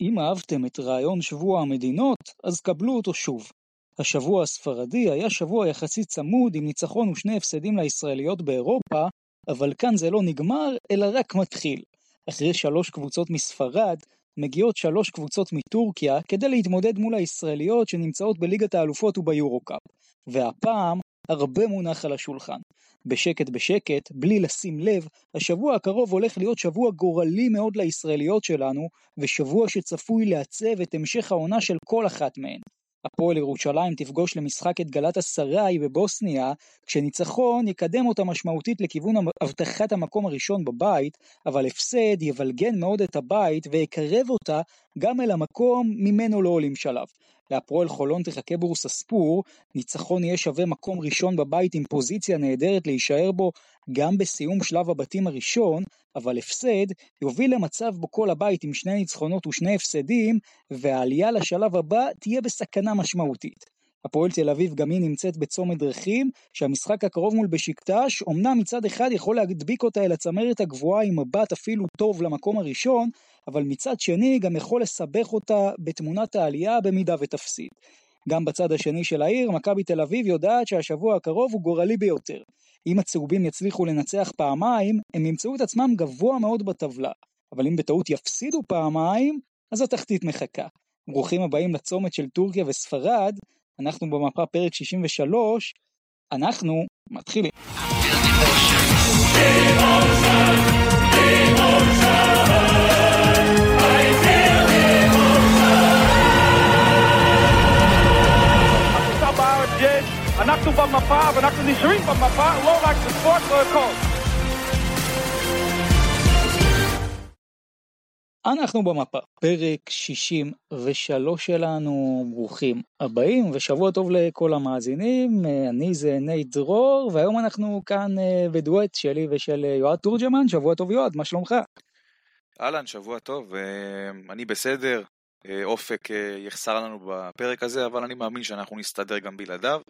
אם אהבתם את רעיון שבוע המדינות, אז קבלו אותו שוב. השבוע הספרדי היה שבוע יחסית צמוד עם ניצחון ושני הפסדים לישראליות באירופה, אבל כאן זה לא נגמר, אלא רק מתחיל. אחרי 3 קבוצות מספרד, מגיעות 3 קבוצות מטורקיה כדי להתמודד מול הישראליות שנמצאות בליגת האלופות וביורוקאפ. והפעם הרבה מונח על השולחן. בשקט בשקט, בלי לשים לב, השבוע הקרוב הולך להיות שבוע גורלי מאוד לישראליות שלנו, ושבוע שצפוי לעצב את המשך העונה של כל אחת מהן. הפועל ירושלים תפגוש למשחק את גלאטסראי בבוסניה, כשניצחון יקדם אותה משמעותית לכיוון הבטחת המקום הראשון בבית, אבל הפסד יבלגן מאוד את הבית ויקרב אותה גם אל המקום ממנו לא עולים שלב. להפועל חולון תחכה בורסספור, ניצחון יהיה שווה מקום ראשון בבית עם פוזיציה נהדרת להישאר בו גם בסיום שלב הבתים הראשון, אבל הפסד יוביל למצב בו כל הבית עם 2 ניצחונות ו2 הפסדים, והעלייה לשלב הבא תהיה בסכנה משמעותית. הפועל תל אביב גם היא נמצאת בצומת דרכים, שהמשחק הקרוב מול בשיקטש, אומנם מצד אחד יכול להדביק אותה אל הצמרת הגבוהה עם מבט אפילו טוב למקום הראשון, אבל מצד שני גם יכול לסבך אותה בתמונת העלייה במידה ותפסיד. גם בצד השני של העיר, מכבי תל אביב יודעת שהשבוע הקרוב הוא גורלי ביותר. אם הצהובים יצליחו לנצח פעמיים, הם ימצאו את עצמם גבוה מאוד בטבלה. אבל אם בטעות יפסידו פעמיים, אז התחתית מחכה. ברוכים הבאים לצומת של טורקיה וספרד, אנחנו במפה פרק 63, אנחנו מתחילים. אנחנו במפה ואנחנו נשארים במפה, לא רק בספורט, לא הכל. אנחנו במפה, פרק 63 שלנו, ברוכים הבאים ושבוע טוב לכל המאזינים. אני זה נייט דרור, והיום אנחנו כאן בדואט שלי ושל יועד תורג'מן. שבוע טוב יועד, מה שלומך? אהלן, שבוע טוב, אני בסדר. אופק יחסר לנו בפרק הזה, אבל אני מאמין שאנחנו נסתדר גם בלעדיו.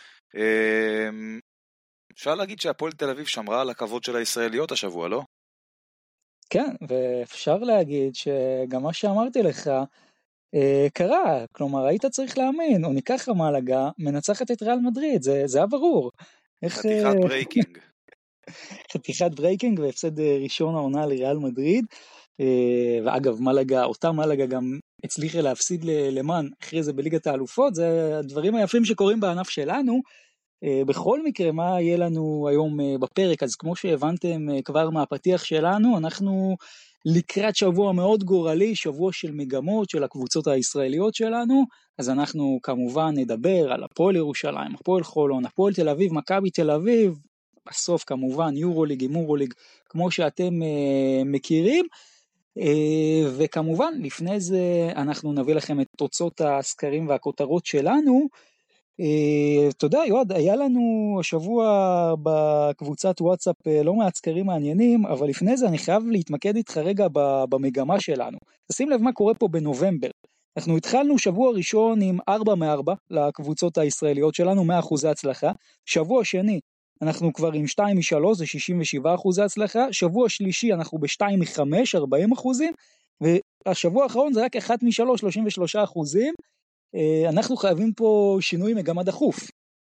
אפשר להגיד שהפועל תל אביב שמרה על הכבוד של הישראליות השבוע, לא? כן, ואפשר להגיד שגם מה שאמרתי לך קרה, כלומר היית צריך להאמין, או ניקח המלגה, מנצחת את ריאל מדריד, זה היה ברור. חתיכת ברייקינג. חתיכת ברייקינג והפסד ראשון העונה לריאל מדריד, ואגב מלגה, אותה מלגה גם הצליחה להפסיד למאן אחרי זה בליגת האלופות, זה הדברים היפים שקורים בענף שלנו. בכל מקרה, מה יהיה לנו היום בפרק? אז כמו שהבנתם כבר מהפתיח שלנו, אנחנו לקראת שבוע מאוד גורלי, שבוע של מגמות של הקבוצות הישראליות שלנו, אז אנחנו כמובן נדבר על הפועל ירושלים, הפועל חולון, הפועל תל אביב, מכבי תל אביב, בסוף כמובן יורוליג עם יורוליג, כמו שאתם מכירים, וכמובן לפני זה אנחנו נביא לכם את תוצאות הסקרים והכותרות שלנו. אתה יודע יועד, היה לנו השבוע בקבוצת וואטסאפ לא מעט סקרים מעניינים, אבל לפני זה אני חייב להתמקד איתך רגע במגמה שלנו. תשים לב מה קורה פה בנובמבר. אנחנו התחלנו שבוע ראשון עם 4 מ-4 לקבוצות הישראליות שלנו, 100% הצלחה. שבוע שני אנחנו כבר עם 2 מ-3, זה 67% הצלחה. שבוע שלישי אנחנו ב-2 מ-5, 40%. והשבוע האחרון זה רק 1 מ-3, 33%. אנחנו חייבים פה שינוי מגמה דחוף.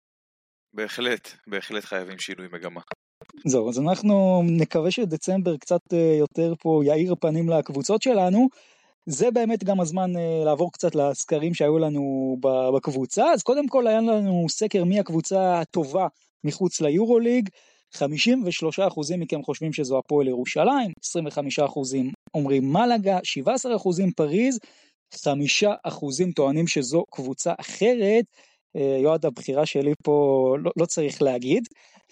בהחלט חייבים שינוי מגמה. זהו, אז אנחנו נקווה שדצמבר קצת יותר פה יאיר פנים לקבוצות שלנו. זה באמת גם הזמן לעבור קצת לסקרים שהיו לנו בקבוצה. אז קודם כל היה לנו סקר מי הקבוצה הטובה מחוץ ליורוליג. 53% מכם חושבים שזו הפועל ירושלים, 25% אומרים מלגה, 17% פריז, 5% טוענים שזו קבוצה אחרת. יועד, הבחירה שלי פה לא צריך להגיד.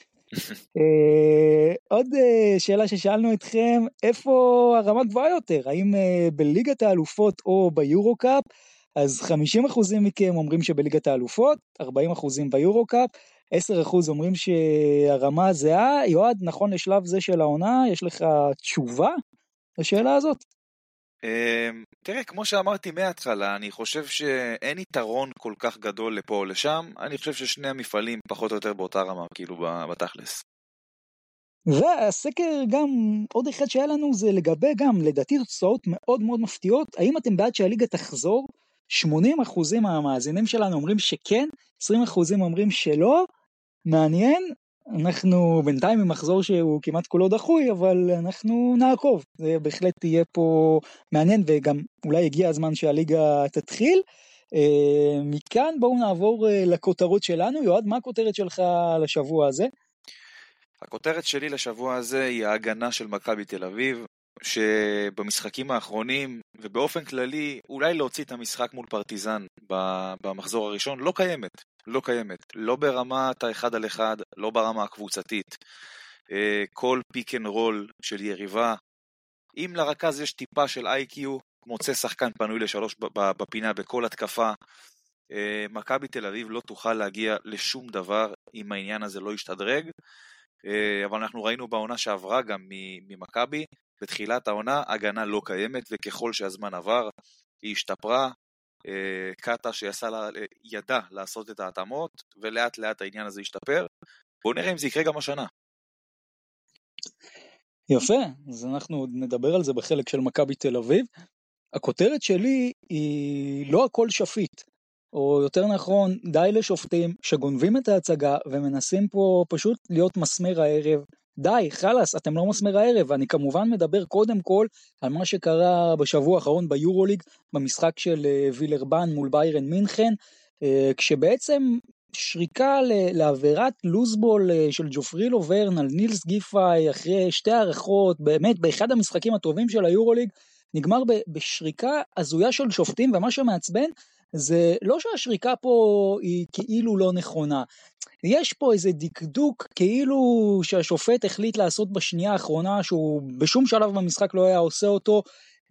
עוד שאלה ששאלנו אתכם, איפה הרמה גבוהה יותר? האם בליגת האלופות או ביורוקאפ? אז 50% מכם אומרים שבליגת האלופות, 40% ביורוקאפ, 10% אומרים שהרמה זהה. יועד, נכון לשלב זה של העונה, יש לך תשובה לשאלה הזאת? תראה, כמו שאמרתי מההתחלה, אני חושב שאין יתרון כל כך גדול לפה או לשם. אני חושב ששני המפעלים פחות או יותר באותה רמה, כאילו בתכלס. והסקר גם, עוד אחד שהיה לנו זה לגבי גם, לדעתי תוצאות מאוד מאוד מפתיעות, האם אתם בעד שהליגה תחזור? 80% מהמאזינים שלנו אומרים שכן, 20% אומרים שלא, מעניין, אנחנו בינתיים עם מחזור שהוא כמעט כולו דחוי, אבל אנחנו נעקוב, זה בהחלט תהיה פה מעניין, וגם אולי הגיע הזמן שהליגה תתחיל. מכאן בואו נעבור לכותרות שלנו. יועד, מה הכותרת שלך לשבוע הזה? הכותרת שלי לשבוע הזה היא ההגנה של מכבי תל אביב, שבמשחקים האחרונים, ובאופן כללי, אולי להוציא את המשחק מול פרטיזן במחזור הראשון, לא קיימת. לא קיימת. לא ברמת האחד על אחד, לא ברמה הקבוצתית. כל פיק אנד רול של יריבה. אם לרכז יש טיפה של IQ, מוצא שחקן פנוי לשלוש בפינה בכל התקפה, מכבי תל אביב לא תוכל להגיע לשום דבר אם העניין הזה לא ישתדרג. אבל אנחנו ראינו בעונה שעברה גם ממכבי, בתחילת העונה הגנה לא קיימת, וככל שהזמן עבר היא השתפרה, קאטה ידע לעשות את ההתאמות, ולאט לאט העניין הזה ישתפר. בואו נראה אם זה יקרה גם השנה. יפה, אז אנחנו נדבר על זה בחלק של מכבי תל אביב. הכותרת שלי היא לא הכל שפיט, או יותר נכון, די לשופטים שגונבים את ההצגה ומנסים פה פשוט להיות מסמר הערב. די, חלס, אתם לא מסמר הערב. אני כמובן מדבר קודם כל על מה שקרה בשבוע האחרון ביורוליג, במשחק של וילרבן מול ביירן מינכן, כשבעצם שריקה לעבירת לוזבול של ג'ופרי לוברן על נילס גיפאי אחרי שתי הערכות, באמת באחד המשחקים הטובים של היורוליג, נגמר בשריקה הזויה של שופטים, ומה שמעצבן זה לא שהשריקה פה היא כאילו לא נכונה, יש פה איזה דקדוק כאילו שהשופט החליט לעשות בשנייה האחרונה, שהוא בשום שלב במשחק לא היה עושה אותו,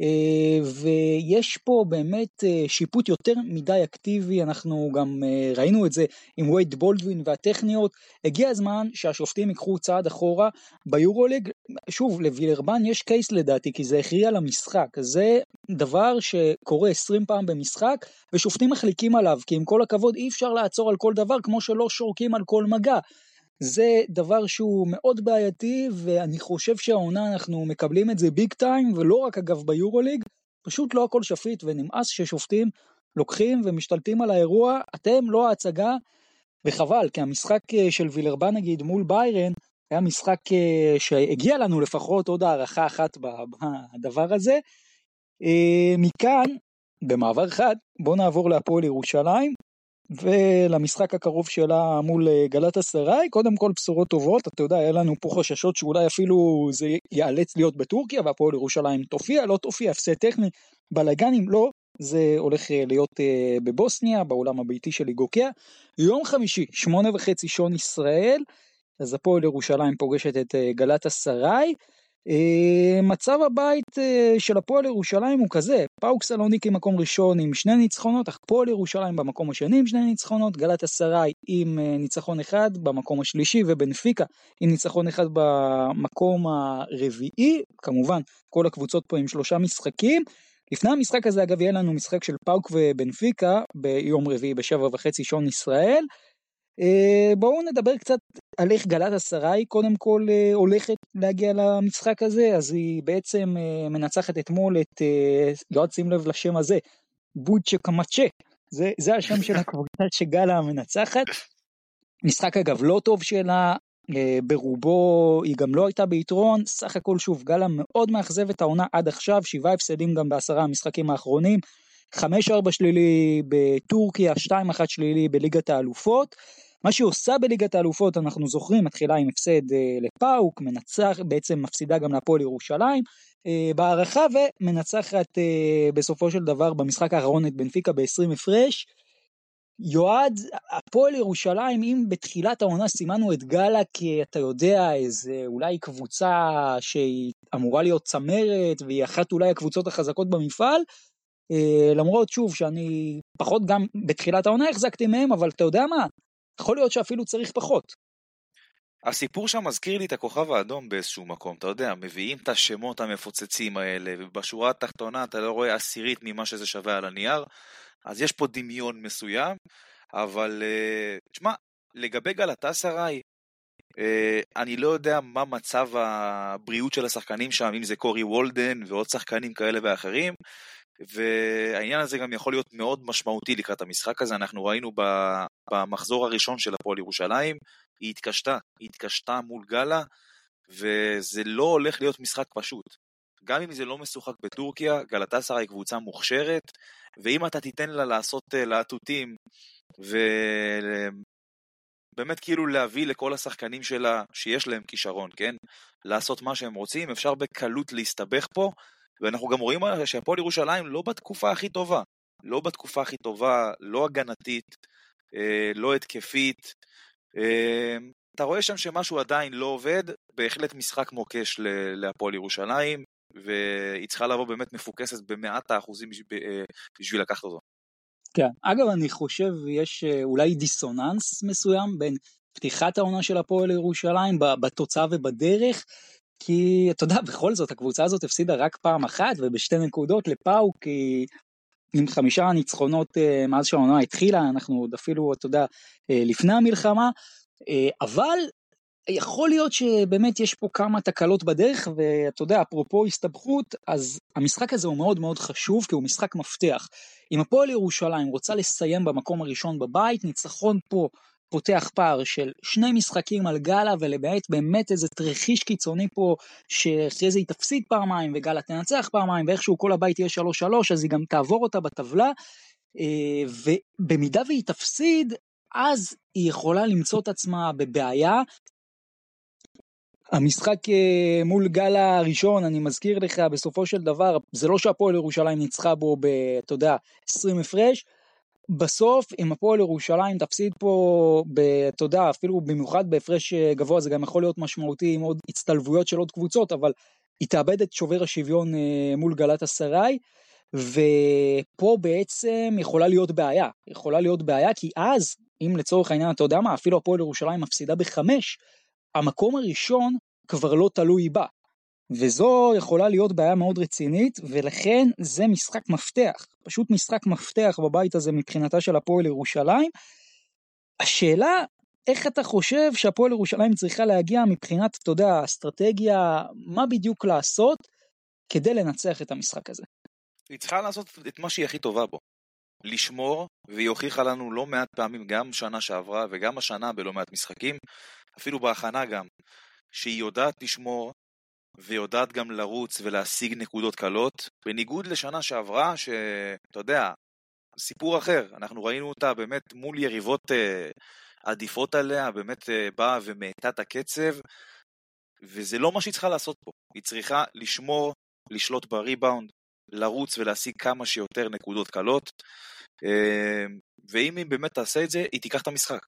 ויש פה באמת שיפוט יותר מדי אקטיבי. אנחנו גם ראינו את זה עם וייד בולדווין והטכניות. הגיע הזמן שהשופטים ייקחו צעד אחורה ביורוליג. שוב, לווילרבן יש קייס לדעתי, כי זה הכריע למשחק, זה דבר שקורה 20 פעם במשחק ושופטים מחליקים עליו, כי עם כל הכבוד אי אפשר לעצור על כל דבר, כמו שלא שורקים על כל מגע. זה דבר שהוא מאוד בעייתי, ואני חושב שהעונה אנחנו מקבלים את זה ביג טיים, ולא רק אגב ביורוליג, פשוט לא הכל שפיט, ונמאס ששופטים לוקחים ומשתלטים על האירוע. אתם לא ההצגה, וחבל, כי המשחק של וילרבן נגיד מול ביירן, היה משחק שהגיע לנו לפחות עוד הערכה אחת בדבר הזה. מכאן, במעבר אחד, בואו נעבור להפועל ירושלים, ולמשחק הקרוב שלה מול גלאטסראי. קודם כל בשורות טובות, אתה יודע, היה לנו פה חששות שאולי אפילו זה ייאלץ להיות בטורקיה, והפועל ירושלים תופיע, לא תופיע, הפסד טכני, בלגנים, לא, זה הולך להיות בבוסניה, בעולם הביתי של ליגוקיה, יום חמישי, 8:30 שעון ישראל, אז הפועל ירושלים פוגשת את גלאטסראי. מצב הבית של הפועל ירושלים הוא כזה, פאוק סלוניקי מקום ראשון עם 2 ניצחונות, הפועל ירושלים במקום השני עם 2 ניצחונות, גלאטסראי עם ניצחון אחד במקום השלישי, ובנפיקה עם ניצחון אחד במקום הרביעי. כמובן כל הקבוצות פה עם 3 משחקים. לפני המשחק הזה אגב יהיה לנו משחק של פאוק ובנפיקה ביום רביעי ב7:30 שעון ישראל. בואו נדבר קצת על איך גלאטסראי קודם כל הולכת להגיע למשחק הזה. אז היא בעצם מנצחת אתמול את, יועד שים לב לשם הזה, בוצ'ה קמצ'ה, זה השם של הקבוצה שגלה מנצחת. משחק אגב לא טוב שלה, ברובו היא גם לא הייתה ביתרון, סך הכל שוב גלה מאוד מאכזבת העונה עד עכשיו, 7 הפסדים גם ב10 המשחקים האחרונים, 5-4 שלילי בטורקיה, 2-1 שלילי בליגת האלופות. מה שהיא עושה בליגת האלופות אנחנו זוכרים, מתחילה עם הפסד לפאוק, מנצח, בעצם מפסידה גם להפועל ירושלים בהערכה, ומנצחת בסופו של דבר במשחק האחרון את בנפיקה ב20 הפרש. יועד, הפועל ירושלים, אם בתחילת העונה סימנו את גלה כי אתה יודע איזה אולי קבוצה שהיא אמורה להיות צמרת והיא אחת אולי הקבוצות החזקות במפעל, למרות שוב שאני פחות גם בתחילת העונה החזקתי מהם, אבל אתה יודע מה, יכול להיות שאפילו צריך פחות. הסיפור שם מזכיר לי את הכוכב האדום באיזשהו מקום, אתה יודע, מביאים את השמות המפוצצים האלה, ובשורה התחתונה אתה לא רואה 10% ממה שזה שווה על הנייר, אז יש פה דמיון מסוים, אבל תשמע, לגבי גלאטסראי, אני לא יודע מה מצב הבריאות של השחקנים שם, אם זה קורי וולדן ועוד שחקנים כאלה ואחרים, והעניין הזה גם יכול להיות מאוד משמעותי לקראת המשחק הזה. אנחנו ראינו במחזור הראשון של הפועל ירושלים, היא התקשתה מול גלה, וזה לא הולך להיות משחק פשוט. גם אם זה לא משוחק בטורקיה, גלאטסראי היא קבוצה מוכשרת, ואם אתה תיתן לה לעשות להטוטים, ובאמת כאילו להביא לכל השחקנים שלה, שיש להם כישרון, כן? לעשות מה שהם רוצים, אפשר בקלות להסתבך פה, ואנחנו גם רואים שהפועל ירושלים לא בתקופה הכי טובה, לא הגנתית, לא התקפית, אתה רואה שם שמשהו עדיין לא עובד, בהחלט משחק מוקש להפועל ירושלים, והיא צריכה לבוא באמת מפוקסת ב100% בשביל לקחת אותו. כן, אגב אני חושב יש אולי דיסוננס מסוים בין פתיחת העונה של הפועל ירושלים בתוצאה ובדרך, כי אתה יודע בכל זאת הקבוצה הזאת הפסידה רק פעם אחת ובשתי נקודות לפאוק, כי עם 5 ניצחונות מאז שהעונה התחילה, אנחנו עוד אפילו אתה יודע לפני המלחמה, אבל יכול להיות שבאמת יש פה כמה תקלות בדרך, ואתה יודע, אפרופו הסתבכות, אז המשחק הזה הוא מאוד מאוד חשוב, כי הוא משחק מפתח. אם הפועל ירושלים רוצה לסיים במקום הראשון בבית, ניצחון פה פותח פער של 2 משחקים על גלה, באמת איזה תרחיש קיצוני פה, שאחרי זה היא תפסיד פעמיים, וגלה תנצח פעמיים, ואיכשהו כל הבית יהיה 3-3, אז היא גם תעבור אותה בטבלה, ובמידה והיא תפסיד, אז היא יכולה למצוא את עצמה בבעיה. המשחק מול גלה הראשון, אני מזכיר לך, בסופו של דבר, זה לא שהפועל ירושלים ניצחה בו אתה יודע, 20 הפרש, בסוף, אם הפועל ירושלים תפסיד פה, אתה יודע, אפילו במיוחד בהפרש גבוה, זה גם יכול להיות משמעותי עם עוד הצטלבויות של עוד קבוצות, אבל היא תאבד את שובר השוויון מול גלאטסראי, ופה בעצם יכולה להיות בעיה, כי אז, אם לצורך העניין, אתה יודע מה, אפילו הפועל ירושלים מפסידה ב5, המקום הראשון כבר לא תלוי בה, וזו יכולה להיות בעיה מאוד רצינית, ולכן זה משחק מפתח, פשוט משחק מפתח בבית הזה מבחינתה של הפועל ירושלים. השאלה, איך אתה חושב שהפועל ירושלים צריכה להגיע מבחינת, אתה יודע, אסטרטגיה, מה בדיוק לעשות כדי לנצח את המשחק הזה? היא צריכה לעשות את מה שהיא הכי טובה בו, לשמור, והיא הוכיחה לנו לא מעט פעמים, גם שנה שעברה וגם השנה בלא מעט משחקים, אפילו בהכנה גם, שהיא יודעת לשמור, ויודעת גם לרוץ ולהשיג נקודות קלות, בניגוד לשנה שעברה, שאתה יודע, סיפור אחר, אנחנו ראינו אותה באמת מול יריבות עדיפות עליה, באמת באה ומעטה את הקצב, וזה לא מה שהיא צריכה לעשות פה, היא צריכה לשמור, לשלוט בריבאונד, לרוץ ולהשיג כמה שיותר נקודות קלות, ואם היא באמת תעשה את זה, היא תיקח את המשחק.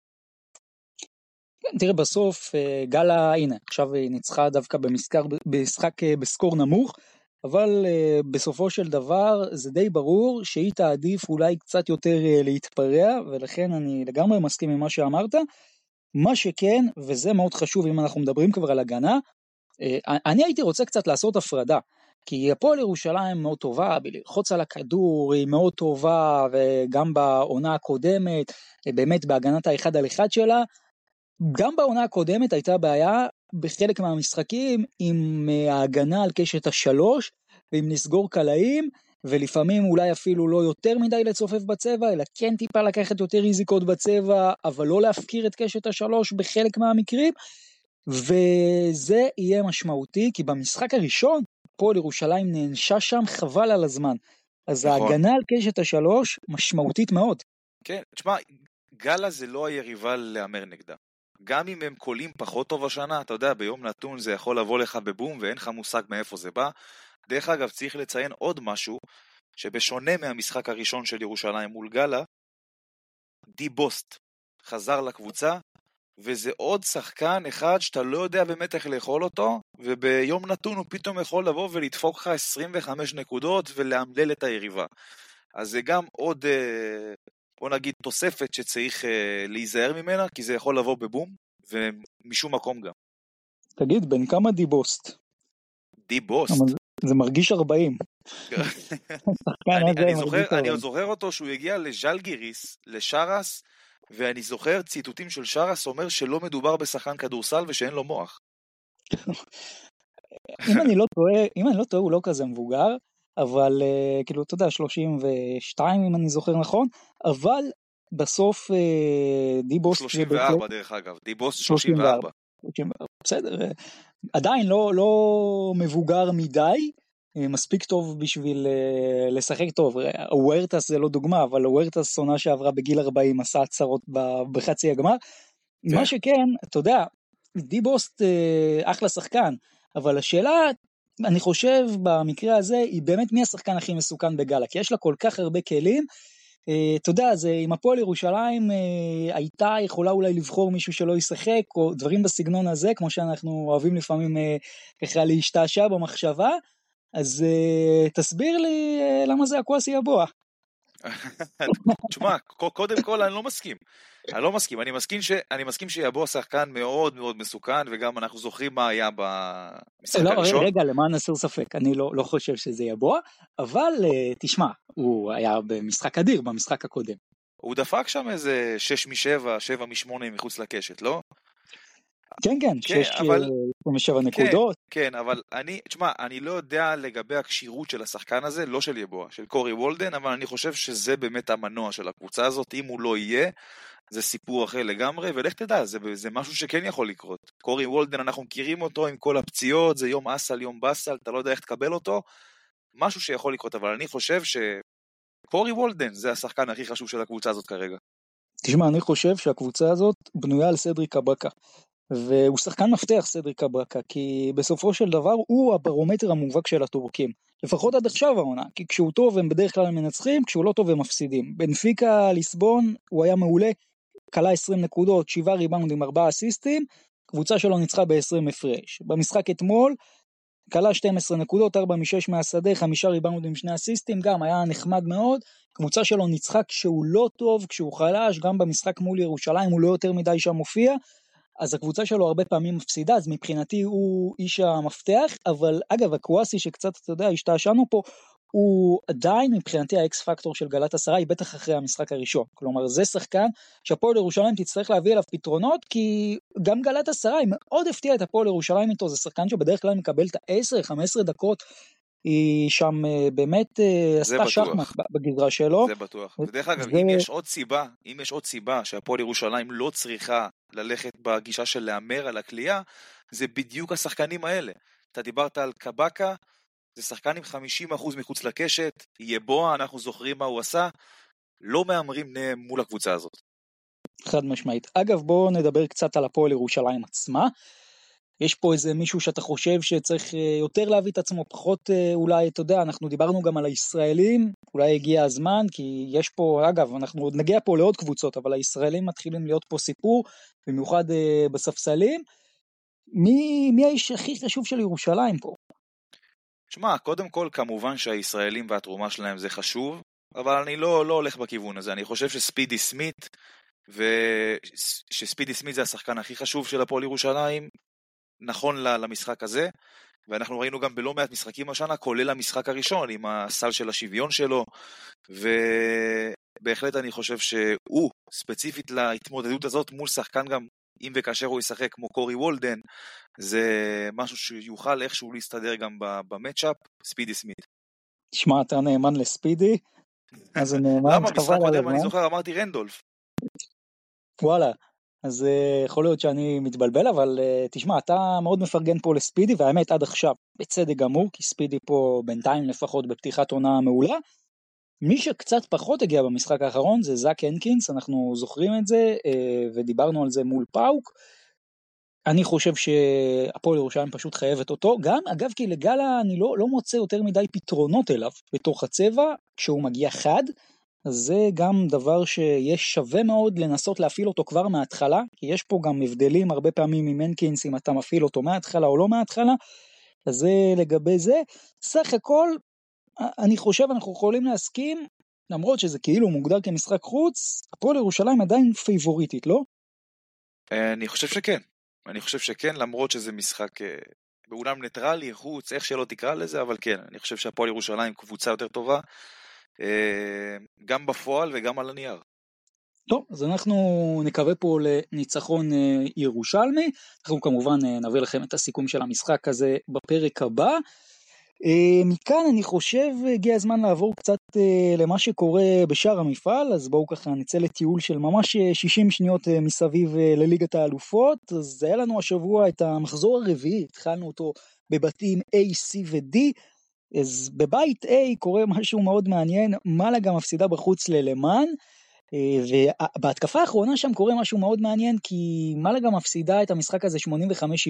תראה בסוף גלה, הנה, עכשיו היא ניצחה דווקא במשחק בסקור נמוך, אבל בסופו של דבר זה די ברור שהיא תעדיף אולי קצת יותר להתפרע, ולכן אני לגמרי מסכים עם מה שאמרת. מה שכן, וזה מאוד חשוב אם אנחנו מדברים כבר על הגנה, אני הייתי רוצה קצת לעשות הפרדה, כי הפועל ירושלים מאוד טובה, בלחוץ על הכדור היא מאוד טובה, וגם בעונה הקודמת, באמת בהגנת האחד על אחד שלה, גם בעונה הקודמת הייתה בעיה בחלק מהמשחקים עם ההגנה על קשת השלוש, ועם לסגור קלעים, ולפעמים אולי אפילו לא יותר מדי לצופף בצבע, אלא כן טיפה לקחת יותר ריזיקות בצבע, אבל לא להפקיר את קשת השלוש בחלק מהמקרים, וזה יהיה משמעותי, כי במשחק הראשון, הפועל ירושלים נענשה שם חבל על הזמן, אז נכון. ההגנה על קשת השלוש משמעותית מאוד. כן, תשמע, גלה זה לא היריבה לאמר נגדה. גם אם הם קולים פחות טוב השנה, אתה יודע, ביום נתון זה יכול לבוא לך בבום, ואין לך מושג מאיפה זה בא. דרך אגב, צריך לציין עוד משהו, שבשונה מהמשחק הראשון של ירושלים מול גלה, די בוסט חזר לקבוצה, וזה עוד שחקן אחד שאתה לא יודע באמת איך לאכול אותו, וביום נתון הוא פתאום יכול לבוא ולדפוק לך 25 נקודות, ולהמלל את היריבה. אז זה גם עוד... בוא נגיד תוספת שצריך להיזהר ממנה, כי זה יכול לבוא בבום, ומשום מקום גם. תגיד, בין כמה די-בוסט? די-בוסט? זה מרגיש 40. אני עוד זוכר אותו שהוא הגיע לז'לגיריס, לשרס, ואני זוכר ציטוטים של שרס אומר שלא מדובר בשחקן כדורסל ושאין לו מוח. אם אני לא טועה, הוא לא כזה מבוגר, אבל כאילו, אתה יודע, 32 אם אני זוכר נכון, אבל בסוף דיבוסט... 34 דרך אגב, דיבוסט 34. בסדר, עדיין לא מבוגר מדי, מספיק טוב בשביל לשחק טוב. הוורטס זה לא דוגמה, אבל הוורטס עונה שעברה בגיל 40 עשה הצהרות בחצי הגמר. מה שכן, אתה יודע, דיבוסט אחלה שחקן, אבל השאלה, אני חושב במקרה הזה, היא באמת מי השחקן הכי מסוכן בגלה, כי יש לה כל כך הרבה כלים. אתה יודע, זה עם הפועל ירושלים הייתה יכולה אולי לבחור מישהו שלא ישחק, או דברים בסגנון הזה, כמו שאנחנו אוהבים לפעמים ככה להשתעשע במחשבה. אז תסביר לי למה זה הקוואסי הבוע. תשמע, קודם כל אני לא מסכים. אני מסכים שיבוא שחקן מאוד מאוד מסוכן, וגם אנחנו זוכרים מה היה במשחק הראשון. רגע, למען הסר ספק, אני לא חושב שזה יבוא, אבל תשמע, הוא היה במשחק אדיר במשחק הקודם. הוא דפק שם איזה 6 מ-7, 7 מ-8 מחוץ לקשת, לא? כן, 6 נקודות. כן, אבל אני לא יודע לגבי הקשירות של השחקן הזה, לא של יבוע, של קורי וולדן, אבל אני חושב שזה באמת המנוע של הקבוצה הזאת. אם הוא לא יהיה, זה סיפור אחר לגמרי, ולך תדע, זה משהו שכן יכול לקרות. קורי וולדן, אנחנו מכירים אותו עם כל הפציעות, זה יום אסל, יום בסל, אתה לא יודע איך תקבל אותו, משהו שיכול לקרות, אבל אני חושב שקורי וולדן זה השחקן הכי חשוב של הקבוצה הזאת כרגע. תשמע, אני חושב שהקבוצה הזאת בנויה על סדריק קבקה, והוא שחקן מפתח סדריק קבקה, כי בסופו של דבר הוא הברומטר המובהק של הטורקים, לפחות עד עכשיו העונה, כי כשהוא טוב הם בדרך כלל מנצחים, כשהוא לא טוב הם מפסידים. בנפיקה ליסבון הוא היה מעולה, קלה 20 נקודות, 7 ריבאונדים, 4 אסיסטים, קבוצה שלו ניצחה ב-20 הפרש. במשחק אתמול, קלה 12 נקודות, 4 מ-6 מהשדה, 5 ריבאונדים, 2 אסיסטים, גם היה נחמד מאוד. קבוצה שלו ניצחה כשהוא לא טוב, כשהוא חלש, גם במשחק מול ירושלים הוא לא יותר מדי שם מופיע, אז הקבוצה שלו הרבה פעמים מפסידה, אז מבחינתי הוא איש המפתח, אבל אגב, הקוואסי שקצת, אתה יודע, השתעשענו פה, הוא עדיין מבחינתי האקס פקטור של גלת עשרה, היא בטח אחרי המשחק הראשון. כלומר, זה שחקן שהפועל ירושלים תצטרך להביא אליו פתרונות, כי גם גלת עשרה היא מאוד הפתיעה את הפועל ירושלים איתו, זה שחקן שבדרך כלל מקבל את 10-15 דקות, היא שם באמת עשתה שחמט בגזרה שלו. זה בטוח. ודרך אגב, אם יש עוד סיבה שהפועל ירושלים לא צריכה ללכת בגישה של לאמר על הקליעה, זה בדיוק השחקנים האלה. אתה דיברת על קבקה, זה שחקן עם 50% מחוץ לקשת, יבוע, אנחנו זוכרים מה הוא עשה, לא מאמרים מול הקבוצה הזאת. חד משמעית. אגב, בואו נדבר קצת על הפועל ירושלים עצמה. יש פה איזה מישהו שאתה חושב שצריך יותר להביא את עצמו, פחות אולי, אתה יודע, אנחנו דיברנו גם על הישראלים, אולי הגיע הזמן, כי יש פה, אגב, אנחנו עוד נגיע פה לעוד קבוצות, אבל הישראלים מתחילים להיות פה סיפור, במיוחד בספסלים. מי האיש הכי חשוב של ירושלים פה? שמע, קודם כל, כמובן שהישראלים והתרומה שלהם זה חשוב, אבל אני לא הולך בכיוון הזה. אני חושב שספידי סמית, שספידי סמית זה השחקן הכי חשוב של הפועל ירושלים, נכון למשחק הזה, ואנחנו ראינו גם בלא מעט משחקים השנה, כולל המשחק הראשון, עם הסל של השוויון שלו, ובהחלט אני חושב שהוא, ספציפית להתמודדות הזאת, מול שחקן גם, אם וכאשר הוא ישחק כמו קורי וולדן, זה משהו שיוכל איכשהו להסתדר גם במצ'אפ, ספידי סמית. תשמע, אתה נאמן לספידי? אז זה נאמן. למה? משחק קודם, אני זוכר, אמרתי רנדולף. וואלה. אז יכול להיות שאני מתבלבל, אבל תשמע, אתה מאוד מפרגן פה לספידי, והאמת עד עכשיו בצדק גמור, כי ספידי פה בינתיים לפחות בפתיחת עונה מעולה. מי שקצת פחות הגיע במשחק האחרון זה זאק הנקינס, אנחנו זוכרים את זה, ודיברנו על זה מול פאוק. אני חושב שהפועל ירושלים פשוט חייבת אותו, גם אגב כי לגלה אני לא מוצא יותר מדי פתרונות אליו בתוך הצבע, כשהוא מגיע חד, אז זה גם דבר שיש שווה מאוד לנסות להפעיל אותו כבר מההתחלה, כי יש פה גם הבדלים הרבה פעמים עם הנקינס, אם אתה מפעיל אותו מההתחלה או לא מההתחלה, אז זה לגבי זה. סך הכל, אני חושב אנחנו יכולים להסכים, למרות שזה כאילו מוגדר כמשחק חוץ, הפועל ירושלים עדיין פייבוריטית, לא? אני חושב שכן, למרות שזה משחק באולם ניטרלי, חוץ, איך שלא תקרא לזה, אבל כן, אני חושב שהפועל ירושלים קבוצה יותר טובה, גם בפועל וגם על הנייר. טוב, אז אנחנו נקווה פה לניצחון ירושלמי, אנחנו כמובן נביא לכם את הסיכום של המשחק הזה בפרק הבא. מכאן אני חושב הגיע הזמן לעבור קצת למה שקורה בשאר המפעל, אז בואו ככה נצא לטיול של ממש 60 שניות מסביב לליגת האלופות. אז היה לנו השבוע את המחזור הרביעי, התחלנו אותו בבתים A, C ו-D, אז בבית A קורה משהו מאוד מעניין, מלאגה מפסידה בחוץ ללמן, ובהתקפה האחרונה שם קורה משהו מאוד מעניין, כי מלאגה מפסידה את המשחק הזה 85-78,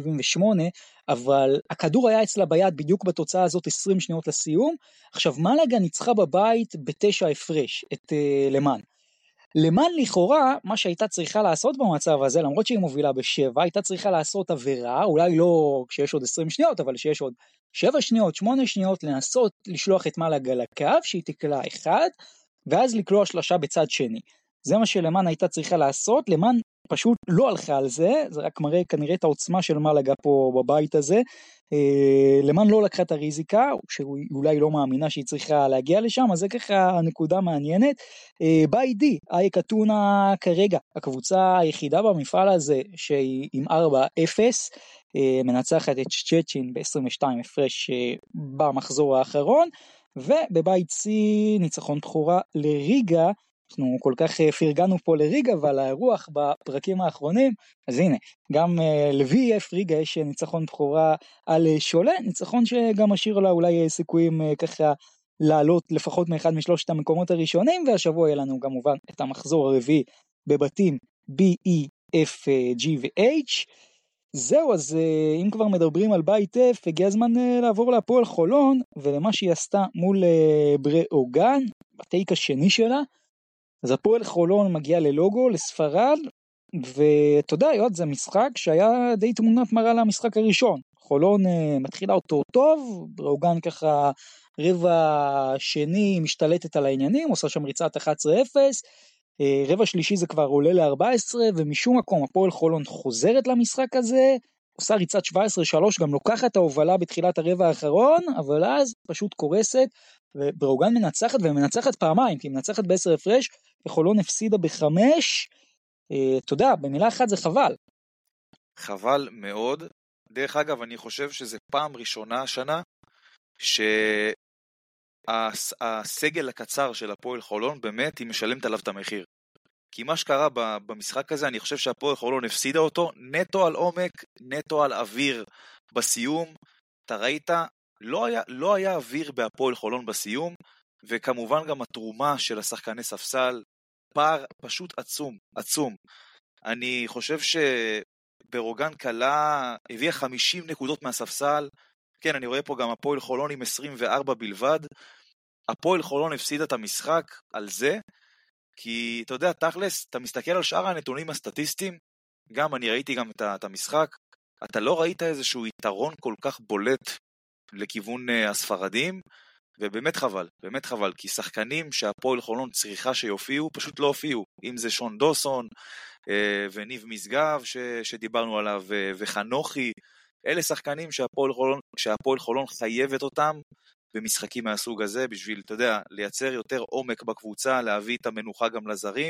אבל הכדור היה אצלה ביד בדיוק בתוצאה הזאת 20 שניות לסיום. עכשיו מלאגה ניצחה בבית ב9 הפרש את למן. למן לכאורה מה שהייתה צריכה לעשות במצב הזה, למרות שהיא מובילה ב7, הייתה צריכה לעשות עבירה, אולי לא כשיש עוד 20 שניות, אבל שיש עוד 7 שניות, 8 שניות, לנסות לשלוח את מלאגה לקו, שהיא תקלה 1, ואז לקלוע שלושה בצד שני. זה מה שלמן הייתה צריכה לעשות, למן פשוט לא הלכה על זה, זה רק מראה כנראה את העוצמה של מלאגה פה בבית הזה, למן לא לקחה את הריזיקה, שהוא אולי לא מאמינה שהיא צריכה להגיע לשם, אז זה ככה נקודה מעניינת. בית די, אייק אתונה כרגע, הקבוצה היחידה במפעל הזה, שהיא עם 4-0, מנצחת את צ'צ'ין ב-22 הפרש במחזור האחרון, ובבית C ניצחון בחורה לריגה, אנחנו כל כך פרגנו פה לריגה ועל האירוח בפרקים האחרונים, אז הנה, גם ל-VF ריגה יש ניצחון בחורה על שולה, ניצחון שגם משאיר לה אולי סיכויים ככה לעלות לפחות מאחד משלושת המקומות הראשונים, והשבוע יהיה לנו כמובן את המחזור הרביעי בבתים B, E, F, G ו-H. זהו, אז אם כבר מדברים על בית F, הגיע הזמן לעבור להפועל חולון, ולמה שהיא עשתה מול בראוגן, בטייק השני שלה. אז הפועל חולון מגיע ללוגו, לספרד, ואתה יודע, זה משחק שהיה די תמונת מראה למשחק הראשון. חולון מתחילה אותו טוב, בראוגן ככה רבע שני משתלטת על העניינים, עושה שם ריצת 11-0, רבע שלישי זה כבר עולה ל-14, ומשום מקום הפועל חולון חוזרת למשחק הזה, עושה ריצת 17-3, גם לוקחת ההובלה בתחילת הרבע האחרון, אבל אז פשוט קורסת, ובראוגן מנצחת, ומנצחת פעמיים, כי היא מנצחת ב10 הפרש, וחולון הפסידה ב5, אתה יודע, במילה אחת זה חבל. חבל מאוד. דרך אגב, אני חושב שזה פעם ראשונה השנה, שהסגל הקצר של הפועל חולון, באמת היא משלמת עליו את המחיר. כי מה שקרה במשחק הזה, אני חושב שהפועל חולון הפסידה אותו, נטו על עומק, נטו על אוויר בסיום. אתה ראית, לא היה אוויר בהפועל חולון בסיום, וכמובן גם התרומה של השחקני ספסל, פער פשוט עצום, עצום. אני חושב שבראוגן קלה הביאה 50 נקודות מהספסל, כן, אני רואה פה גם הפועל חולון עם 24 בלבד, הפועל חולון הפסידה את המשחק על זה, כי אתה יודע, תכלס, אתה מסתכל על שאר הנתונים הסטטיסטיים, גם אני ראיתי גם את המשחק, אתה לא ראית איזשהו יתרון כל כך בולט לכיוון הספרדים, ובאמת חבל, באמת חבל, כי שחקנים שהפועל חולון צריכה שיופיעו, פשוט לא הופיעו, אם זה שון דוסון, וניב משגב שדיברנו עליו, וחנוכי, אלה שחקנים שהפועל חולון חייבת אותם, במשחקים מהסוג הזה, בשביל, אתה יודע, לייצר יותר עומק בקבוצה, להביא את המנוחה גם לזרים,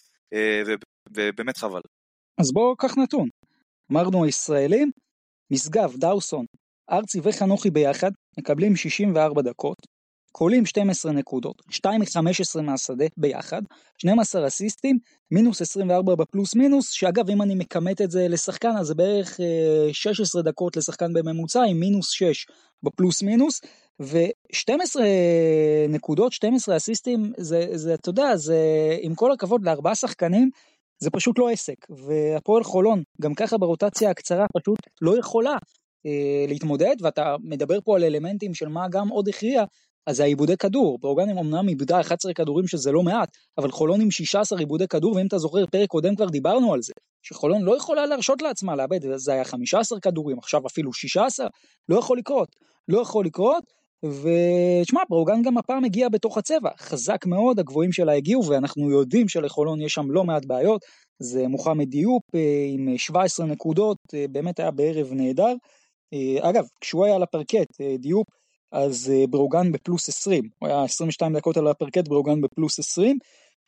ובאמת חבל. אז בואו כך נתון. אמרנו הישראלים, משגב, דאוסון, ארצי וחנוכי ביחד, מקבלים 64 דקות, קולים 12 נקודות, 2-15 מהשדה ביחד, 12 אסיסטים, מינוס 24 בפלוס מינוס, שאגב אם אני מקמת את זה לשחקן, אז זה בערך 16 דקות לשחקן בממוצע, עם מינוס 6 בפלוס מינוס, ו-12 נקודות, 12 אסיסטים, זה אתה יודע, זה עם כל הכבוד לארבעה שחקנים, זה פשוט לא עסק, והפועל חולון, גם ככה ברוטציה הקצרה, פשוט לא יכולה להתמודד, ואתה מדבר פה על אלמנטים של מה גם עוד הכריע, אז זה העיבודי כדור, בראוגן אמנם איבדה 11 כדורים שזה לא מעט, אבל חולון עם 16 עיבודי כדור, ואם אתה זוכר פרק קודם כבר דיברנו על זה, שחולון לא יכולה להרשות לעצמה לאבד, זה היה 15 כדורים, עכשיו אפילו 16, לא יכול לקרות, ותשמע, בראוגן גם הפעם הגיע בתוך הצבע, חזק מאוד, הגבוהים שלה הגיעו, ואנחנו יודעים שלחולון יש שם לא מעט בעיות, זה מוחמד דיופ עם 17 נקודות, באמת היה בערב נהדר, אגב, כשהוא היה על הפרקט, דיופ, אז בראוגן בפלוס 20, הוא היה 22 דקות על הפרקט, בראוגן בפלוס 20,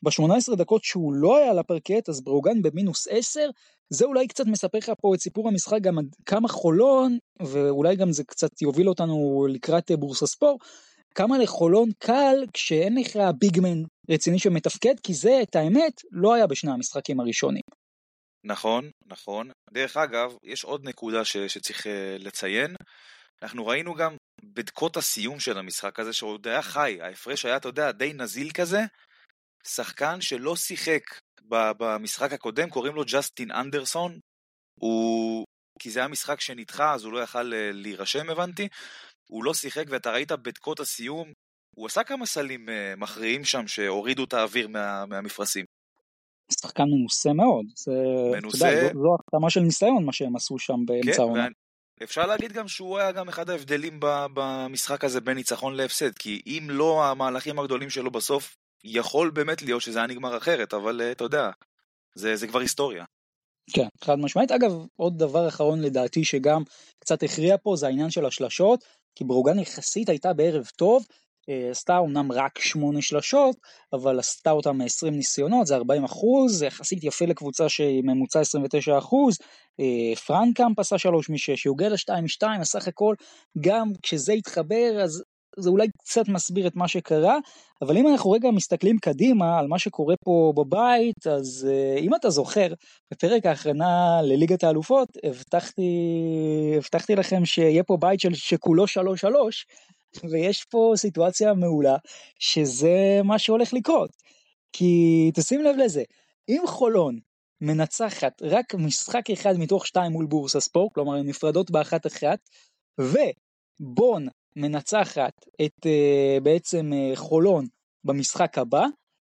ב-18 דקות שהוא לא היה על הפרקט, אז בראוגן במינוס 10, זה אולי קצת מספר לך פה את סיפור המשחק, גם כמה חולון, ואולי גם זה קצת יוביל אותנו לקראת בורסספור, כמה לחולון קל כשאין לך ביגמן רציני שמתפקד, כי זה, את האמת, לא היה בשני המשחקים הראשונים. נכון, נכון. דרך אגב, יש עוד נקודה שצריך לציין. אנחנו ראינו גם בדקות הסיום של המשחק הזה, שעוד היה חי, ההפרש היה, אתה יודע, די נזיל כזה, שחקן שלא שיחק במשחק הקודם, קוראים לו ג'סטין אנדרסון, כי זה היה משחק שנדחה, אז הוא לא יכל להירשם, הבנתי, הוא לא שיחק, ואתה ראית בדקות הסיום, הוא עשה כמה סלים מכריעים שם, שהורידו את האוויר מהמפרסים. שחקן מנוסה מאוד, מנוסה. זו החתמה של ניסיון, מה שהם עשו שם באמצע העונה. אפשר להגיד גם שהוא היה גם אחד ההבדלים במשחק הזה בין ניצחון להפסד, כי אם לא המהלכים הגדולים שלו בסוף, יכול באמת להיות שזה היה נגמר אחרת, אבל אתה יודע, זה כבר היסטוריה. כן, חד משמעית. אגב, עוד דבר אחרון לדעתי שגם קצת הכריע פה, זה העניין של השלשות, כי בראוגן יחסית הייתה בערב טוב, עשתה אומנם רק 8 שלשות, אבל עשתה אותם 20 ניסיונות, זה 40%, זה יחסית יפה לקבוצה שהיא ממוצע 29%, פרנקאמפ עשה 3 מ-6, יוגלה 2 מ-2, הסך הכל, גם כשזה התחבר, אז זה אולי קצת מסביר את מה שקרה, אבל אם אנחנו רגע מסתכלים קדימה על מה שקורה פה בבית, אז אם אתה זוכר, בפרק ההכנה לליגת האלופות, הבטחתי לכם שיהיה פה בית שכולו 3-3, ויש פה סיטואציה מעולה, שזה מה שהולך לקרות. כי תשים לב לזה, אם חולון מנצחת רק משחק אחד מתוך 2 מול בורסספור, כלומר הן נפרדות ב1-1, ובון מנצחת את בעצם חולון במשחק הבא,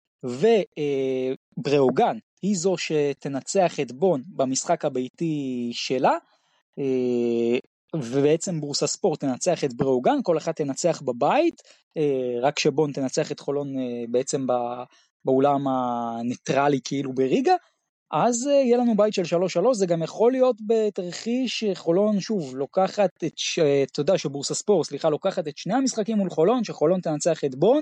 ובראוגן היא זו שתנצח את בון במשחק הביתי שלה, ובעצם בורסספור תנצח את בראוגן, כל אחת תנצח בבית, רק שבון תנצח את חולון בעצם באולם הניטרלי כאילו בריגה, אז יהיה לנו בית של 3-3, זה גם יכול להיות בתרחיש שחולון שוב לוקחת אתה יודע שבורסספור, לוקחת את שני המשחקים מול חולון, שחולון תנצח את בון,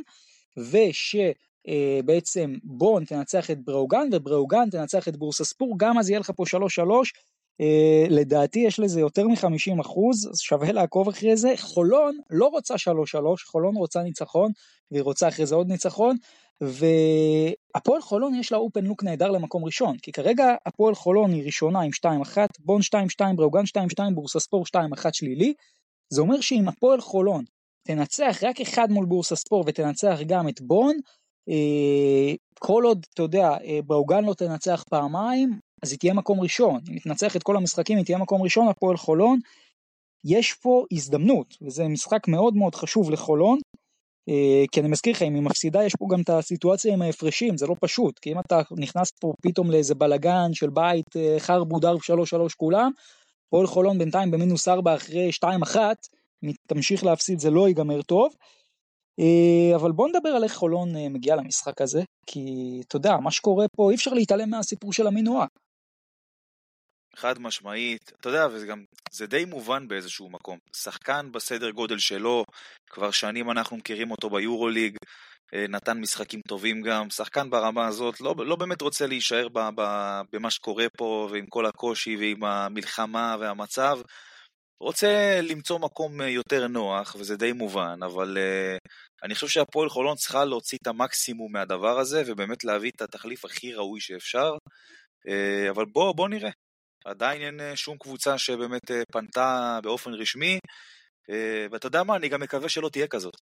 ושבעצם בון תנצח את בראוגן, ובראוגן תנצח את בורסספור, גם אז יהיה לך פה 3-3, לדעתי יש לזה יותר מ-50%, אז שווה לעקוב אחרי זה. חולון לא רוצה 3-3, חולון רוצה ניצחון, והיא רוצה אחרי זה עוד ניצחון, והפועל חולון יש לה אופן לוק נהדר למקום ראשון, כי כרגע הפועל חולון היא ראשונה עם 2-1, בון 2-2, בראוגן 2-2, בורסספור 2-1 שלילי, זה אומר שאם הפועל חולון תנצח רק אחד מול בורסספור, ותנצח גם את בון, כל עוד, אתה יודע, בראוגן לא תנצח פעמיים, אז היא תהיה מקום ראשון, אם תנצח את כל המשחקים, היא תהיה מקום ראשון, הפועל חולון, יש פה הזדמנות, וזה משחק מאוד מאוד חשוב לחולון, כי אני מזכיר לך, אם היא מפסידה, יש פה גם את הסיטואציה עם ההפרשים, זה לא פשוט, כי אם אתה נכנס פה פתאום לאיזה בלגן של בית, חרבו דרב 3-3 כולם, הפועל חולון בינתיים במינוס 4 אחרי 2-1, תמשיך להפסיד, זה לא ייגמר טוב, אבל בוא נדבר על איך חולון מגיע למשחק הזה, כי אתה יודע, מה שקורה פה, אי אפשר להתעלם מהסיפור של המינואה. חד משמעית, אתה יודע, זה די מובן באיזשהו מקום. שחקן בסדר גודל שלו, כבר שנים אנחנו מכירים אותו ביורוליג, נתן משחקים טובים גם, שחקן ברמה הזאת, לא באמת רוצה להישאר במה שקורה פה, ועם כל הקושי, ועם המלחמה והמצב, רוצה למצוא מקום יותר נוח, וזה די מובן, אבל אני חושב שהפועל חולון צריכה להוציא את המקסימום מהדבר הזה, ובאמת להביא את התחליף הכי ראוי שאפשר, אבל בוא נראה. עדיין אין שום קבוצה שבאמת פנתה באופן רשמי, ואתה יודע מה, אני גם מקווה שלא תהיה כזאת.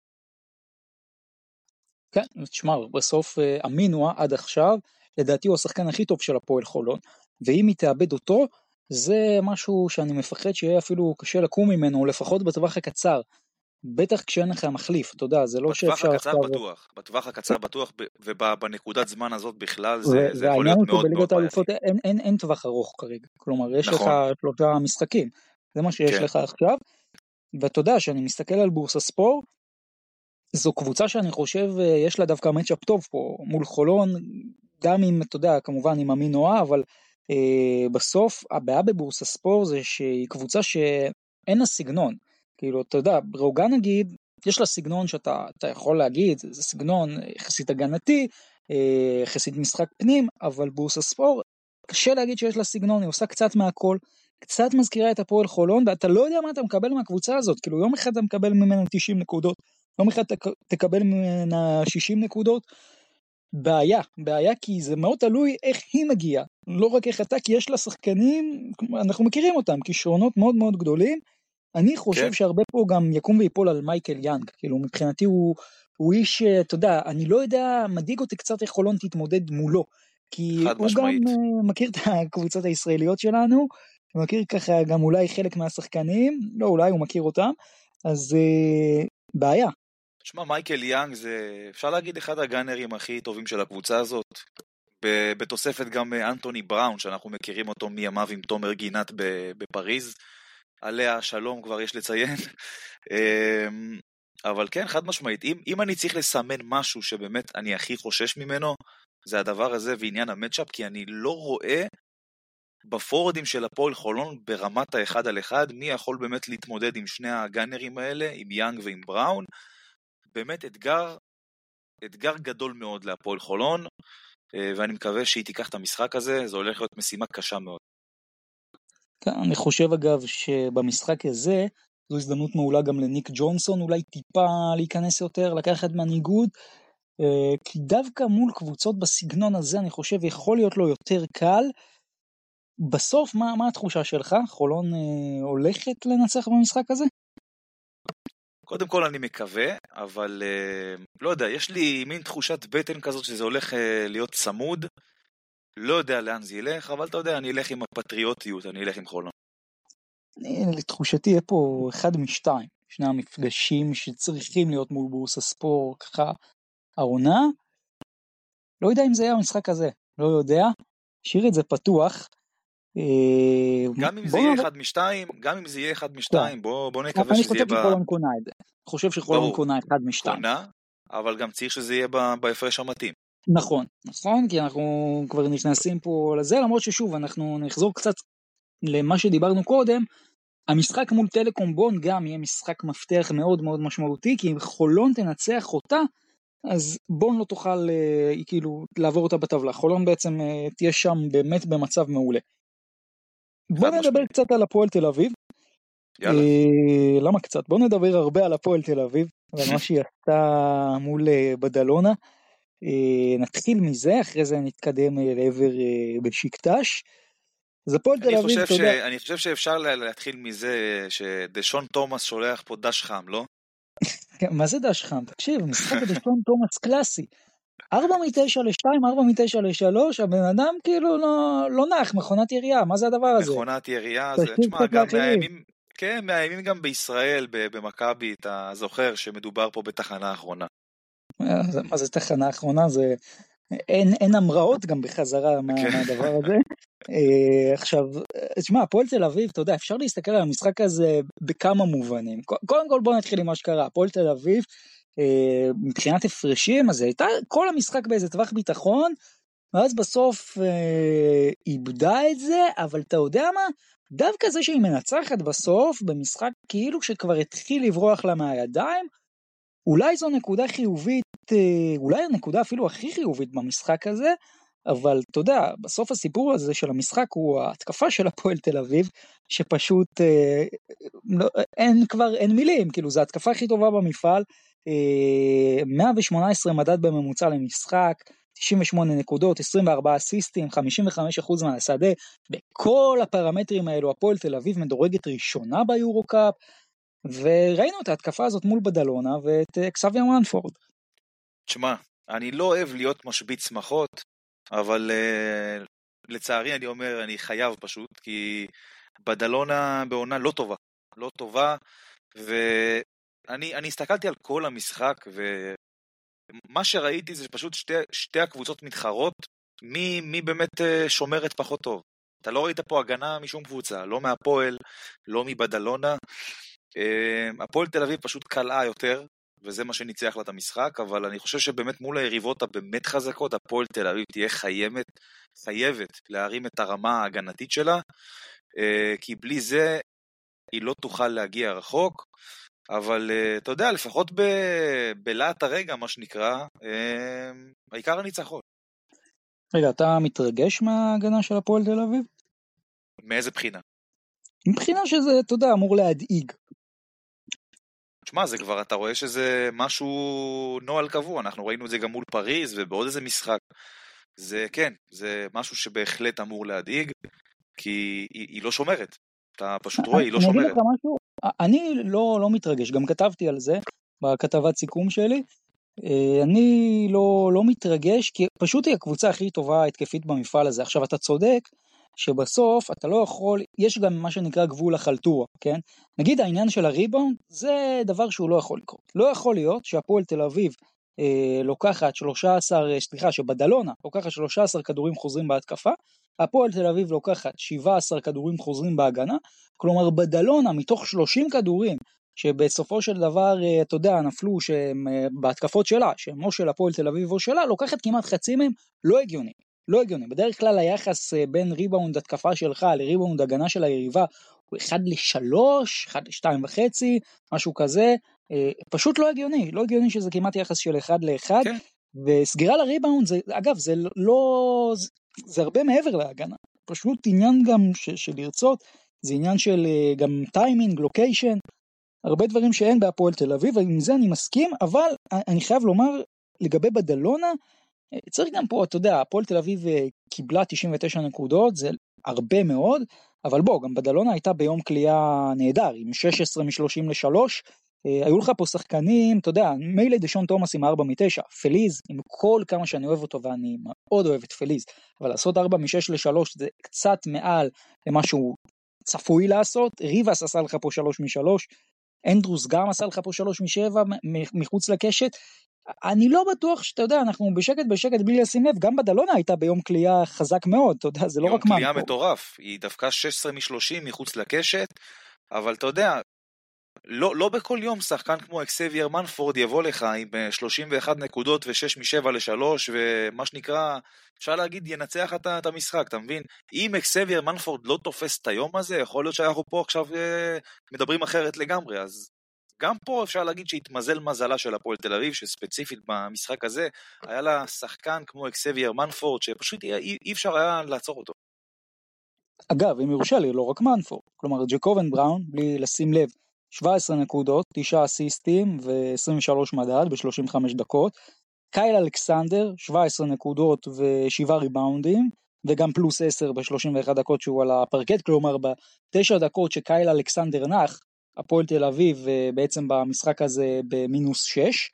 כן, תשמע, בסוף אמינואה עד עכשיו, לדעתי הוא השחקן הכי טוב של הפועל חולון, ואם היא תאבד אותו, זה משהו שאני מפחד שיהיה אפילו קשה לקום ממנו, לפחות בטווח הקצר, בטח כשאין לך מחליף, אתה יודע, זה לא שאפשר... בטווח הקצר בטוח, ובנקודת זמן הזאת בכלל, זה יכול להיות מאוד מאוד בעייתי. אין טווח ארוך כרגע, כלומר, יש לך 3 משחקים, זה מה שיש לך עכשיו, ואתה יודע, שאני מסתכל על בורסספור, זו קבוצה שאני חושב, יש לה דווקא מצ'אפ טוב פה, מול חולון, גם עם, אתה יודע, כמובן עם אמינואה, אבל בסוף, הבעיה בבורסספור זה שהיא קבוצה שאין לה סגנון, כאילו, אתה יודע, בראוגן נגיד, יש לה סגנון שאתה יכול להגיד, זה סגנון יחסית הגנתי, יחסית משחק פנים, אבל בורסספור, קשה להגיד שיש לה סגנון, היא עושה קצת מהכל, קצת מזכירה את הפועל חולון, ואתה לא יודע מה אתה מקבל מהקבוצה הזאת, כאילו יום אחד אתה מקבל ממנה 90 נקודות, יום אחד תקבל ממנה 60 נקודות, בעיה כי זה מאוד תלוי איך היא מגיעה, לא רק איך אתה, כי יש לה שחקנים, אנחנו מכירים אותם, כישרונות מאוד מאוד גדולים, אני חושב שהרבה פה גם יקום ויפול על מייקל יאנג, כאילו מבחינתי הוא איש, אתה יודע, אני לא יודע, מדאיג אותי קצת איך חולון תתמודד מולו, כי הוא גם מכיר את הקבוצות הישראליות שלנו, מכיר ככה גם אולי חלק מהשחקנים, לא אולי הוא מכיר אותם, אז בעיה. תשמע, מייקל יאנג זה, אפשר להגיד, אחד הגאנרים הכי טובים של הקבוצה הזאת, בתוספת גם אנטוני בראון, שאנחנו מכירים אותו מימיו עם תומר גינת בפריז, עליה שלום כבר יש לציין, אבל כן, חד משמעית, אם אני צריך לסמן משהו שבאמת אני הכי חושש ממנו, זה הדבר הזה ועניין המאצ'אפ, כי אני לא רואה בפורדים של הפועל חולון ברמת האחד על אחד, מי יכול באמת להתמודד עם שני הגאנרים האלה, עם יאנג ועם בראון, באמת אתגר גדול מאוד להפועל חולון, ואני מקווה שהיא תיקח את המשחק הזה, זה הולך להיות משימה קשה מאוד. כן, אני חושב אגב שבמשחק הזה, זו הזדמנות מעולה גם לניק ג'ונסון, אולי טיפה להיכנס יותר, לקחת מנהיגות, כי דווקא מול קבוצות בסגנון הזה, אני חושב יכול להיות לו יותר קל. בסוף, מה התחושה שלך? חולון הולכת לנצח במשחק הזה? קודם כל אני מקווה, אבל לא יודע, יש לי מין תחושת בטן כזאת שזה הולך להיות צמוד, לא יודע לאן זה ילך, אבל אתה יודע, אני אלך עם הפטריוטיות, אני אלך עם חולון. לתחושתי יהיה פה אחד משתיים, שני המפגשים שצריכים להיות מול בורסספור, ככה העונה, לא יודע אם זה יהיה המשחק הזה, לא יודע, שיר את זה פתוח. גם אם זה יהיה אחד משתיים, בוא נקווה שזה יהיה אני חושב שחולון קונה אחד משתיים. אבל גם צריך שזה יהיה בהפרש המתאים. נכון, כי אנחנו כבר נכנסים פה לזה, למרות ששוב, אנחנו נחזור קצת למה שדיברנו קודם, המשחק מול טלקום בון גם יהיה משחק מפתח מאוד מאוד משמעותי, כי אם חולון תנצח אותה, אז בון לא תוכל כאילו לעבור אותה בטבלה, חולון בעצם תהיה שם באמת במצב מעולה. בוא נדבר קצת על הפועל תל אביב. יאללה. למה קצת? בוא נדבר הרבה על הפועל תל אביב, על מה שהיא עשתה מול בדלונה. נתחיל מזה, אחרי זה נתקדם לעבר בשקטש. אז הפועל תל אביב, אני חושב שאפשר להתחיל מזה שדשון תומאס שולח פה דש חם, לא? מה זה דש חם? תקשיב, משחק דשון תומאס קלאסי. 4-9 ל-2, 4-9 ל-3, הבן אדם כאילו לא נח, מכונת ירייה, מה זה הדבר הזה? מכונת ירייה, זה, תשמע, גם מהימים גם בישראל, במכבי, אתה זוכר שמדובר פה בתחנה האחרונה. מה זה תחנה האחרונה? אין אמראות גם בחזרה מהדבר הזה. עכשיו, תשמע, הפועל תל אביב, אתה יודע, אפשר להסתכל על המשחק הזה בכמה מובנים. קודם כל בוא נתחיל עם מה שקרה, הפועל תל אביב, מבחינת הפרשים, אז הייתה כל המשחק באיזה טווח ביטחון, ואז בסוף איבדה את זה, אבל אתה יודע מה? דווקא זה שהיא מנצחת בסוף, במשחק כאילו שכבר התחיל לברוח לה מהידיים, אולי זו נקודה חיובית, אולי הנקודה אפילו הכי חיובית במשחק הזה, אבל אתה יודע, בסוף הסיפור הזה של המשחק הוא ההתקפה של הפועל תל אביב, שפשוט אין מילים, כאילו זו ההתקפה הכי טובה במפעל, 118 מדד בממוצע למשחק, 98 נקודות, 24 אסיסטים, 55% מהשדה, בכל הפרמטרים האלו הפועל תל אביב מדורגת ראשונה ביורו-קאפ, וראינו את ההתקפה הזאת מול בדלונה ואת קסביה מנפורד. תשמע, אני לא אוהב להיות משבית שמחות, אבל לצערי אני אומר, אני חייב פשוט, כי בדלונה בעונה לא טובה, ואני הסתכלתי על כל המשחק, ומה שראיתי זה פשוט שתי הקבוצות מתחרות, מי באמת שומרת פחות טוב. אתה לא ראית פה הגנה משום קבוצה, לא מהפועל, לא מבדלונה, הפועל תל אביב פשוט קלעה יותר, וזה מה שניצח לה את המשחק, אבל אני חושב שבאמת מול היריבות הבאמת חזקות, הפועל תל אביב תהיה חייבת להרים את הרמה ההגנתית שלה, כי בלי זה היא לא תוכל להגיע רחוק, אבל אתה יודע, לפחות בלעת הרגע, מה שנקרא, העיקר הניצחון. רגע, אתה מתרגש מההגנה של הפועל תל אביב? מאיזה בחינה? מבחינה שזה, אתה יודע, אמור להדאיג. תשמע, זה כבר, אתה רואה שזה משהו נועל קבוע, אנחנו ראינו את זה גם מול פריז ובעוד איזה משחק. זה כן, זה משהו שבהחלט אמור להדאיג, כי היא לא שומרת. אתה פשוט רואה, היא לא שומרת. אני אגיד לך משהו, אני לא מתרגש, גם כתבתי על זה בכתבת סיכום שלי, אני לא מתרגש, כי פשוט היא הקבוצה הכי טובה התקפית במפעל הזה. עכשיו, אתה צודק שבסוף אתה לא יכול, יש גם מה שנקרא גבול החלטורה, כן? נגיד העניין של הריבאונד, זה דבר שהוא לא יכול לקרות. לא יכול להיות שהפועל תל אביב לוקחת שבדלונה לוקחת 13 כדורים חוזרים בהתקפה, הפועל תל אביב לוקחת 17 כדורים חוזרים בהגנה, כלומר בדלונה מתוך 30 כדורים, שבסופו של דבר, אתה יודע, נפלו שהם בהתקפות שלה, שהם או של הפועל תל אביב או שלה, לוקחת כמעט חצי מהם, לא הגיוני. לא הגיוני. בדרך כלל היחס בין ריבאונד התקפה שלך לריבאונד הגנה של היריבה, הוא 1-3, 1-2.5, משהו כזה, פשוט לא הגיוני. לא הגיוני שזה כמעט יחס של 1-1, כן. וסגירה לריבאונד, אגב, זה הרבה מעבר להגנה. פשוט עניין גם של לרצות, זה עניין של גם טיימינג, לוקיישן, הרבה דברים שאין בהפועל תל אביב, ועם זה אני מסכים, אבל אני חייב לומר, לגבי בדלונה, צריך גם פה, אתה יודע, הפועל תל אביב קיבלה 99 נקודות, זה הרבה מאוד, אבל בוא, גם בדלונה הייתה ביום קליעה נהדר, עם 16 מ-30 ל-3, היו לך פה שחקנים, אתה יודע, מילא דשון תומאס עם 4 מ-9, פליז, עם כל כמה שאני אוהב אותו, ואני מאוד אוהב את פליז, אבל לעשות 4 מ-6 ל-3, זה קצת מעל למשהו צפוי לעשות, ריבס עשה לך פה 3 מ-3, אנדרוס גם עשה לך פה 3 מ-7 מחוץ לקשת, אני לא בטוח שאתה יודע, אנחנו בשקט בלי לשים לב, גם בדלונה הייתה ביום קליעה חזק מאוד, אתה יודע, זה לא רק יום קליעה מטורף, היא דווקא 16 מ-30 מחוץ לקשת, אבל אתה יודע, לא בכל יום שחקן כמו אקסבייר מנפורד יבוא לך עם 31 נקודות ו6 מ-7 ל-3, ומה שנקרא, אפשר להגיד, ינצח את המשחק, אתה מבין? אם אקסבייר מנפורד לא תופס את היום הזה, יכול להיות שאנחנו פה עכשיו מדברים אחרת לגמרי, אז גם פה אפשר להגיד שהתמזל מזלה של הפועל תל אביב, שספציפית במשחק הזה, היה לה שחקן כמו אקסבייר מנפורד, שפשוט אי אפשר היה לעצור אותו. אגב, אם יורשה לי, לא רק מנפורד, כלומר ג'קובן בראון, בלי לשים לב, 17 נקודות, 9 אסיסטים ו-23 מדד ב-35 דקות, קייל אלכסנדר, 17 נקודות ו7 ריבאונדים, וגם פלוס 10 ב-31 דקות שהוא על הפרקט, כלומר ב9 דקות שקייל אלכסנדר נח, הפועל תל אביב בעצם במשחק הזה במינוס 6,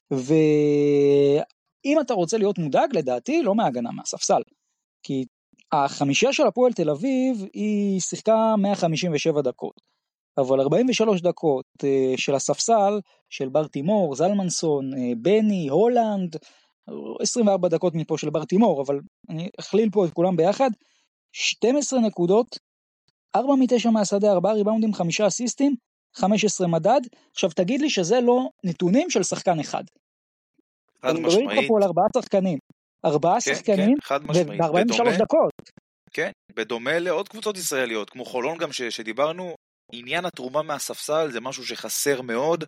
ואם אתה רוצה להיות מודאג, לדעתי לא מהגנה, מהספסל, כי החמישייה של הפועל תל אביב היא שיחקה 157 דקות, אבל 43 דקות של הספסל, של בר תימור, זלמנסון, בני, הולנד, 24 דקות מפה של בר תימור, אבל אני אכליל פה את כולם ביחד, 12 נקודות, 4 מ-9 מהשדה, 4 ריבאונדים, 5 אסיסטים, 15 מדד. עכשיו תגיד לי שזה לא נתונים של שחקן אחד. חד משמעית. אני רואה פה על 4 שחקנים. 4 שחקנים ב-43 דקות. כן, בדומה לעוד קבוצות ישראליות, כמו חולון גם שדיברנו, עניין התרומה מהספסל זה משהו שחסר מאוד.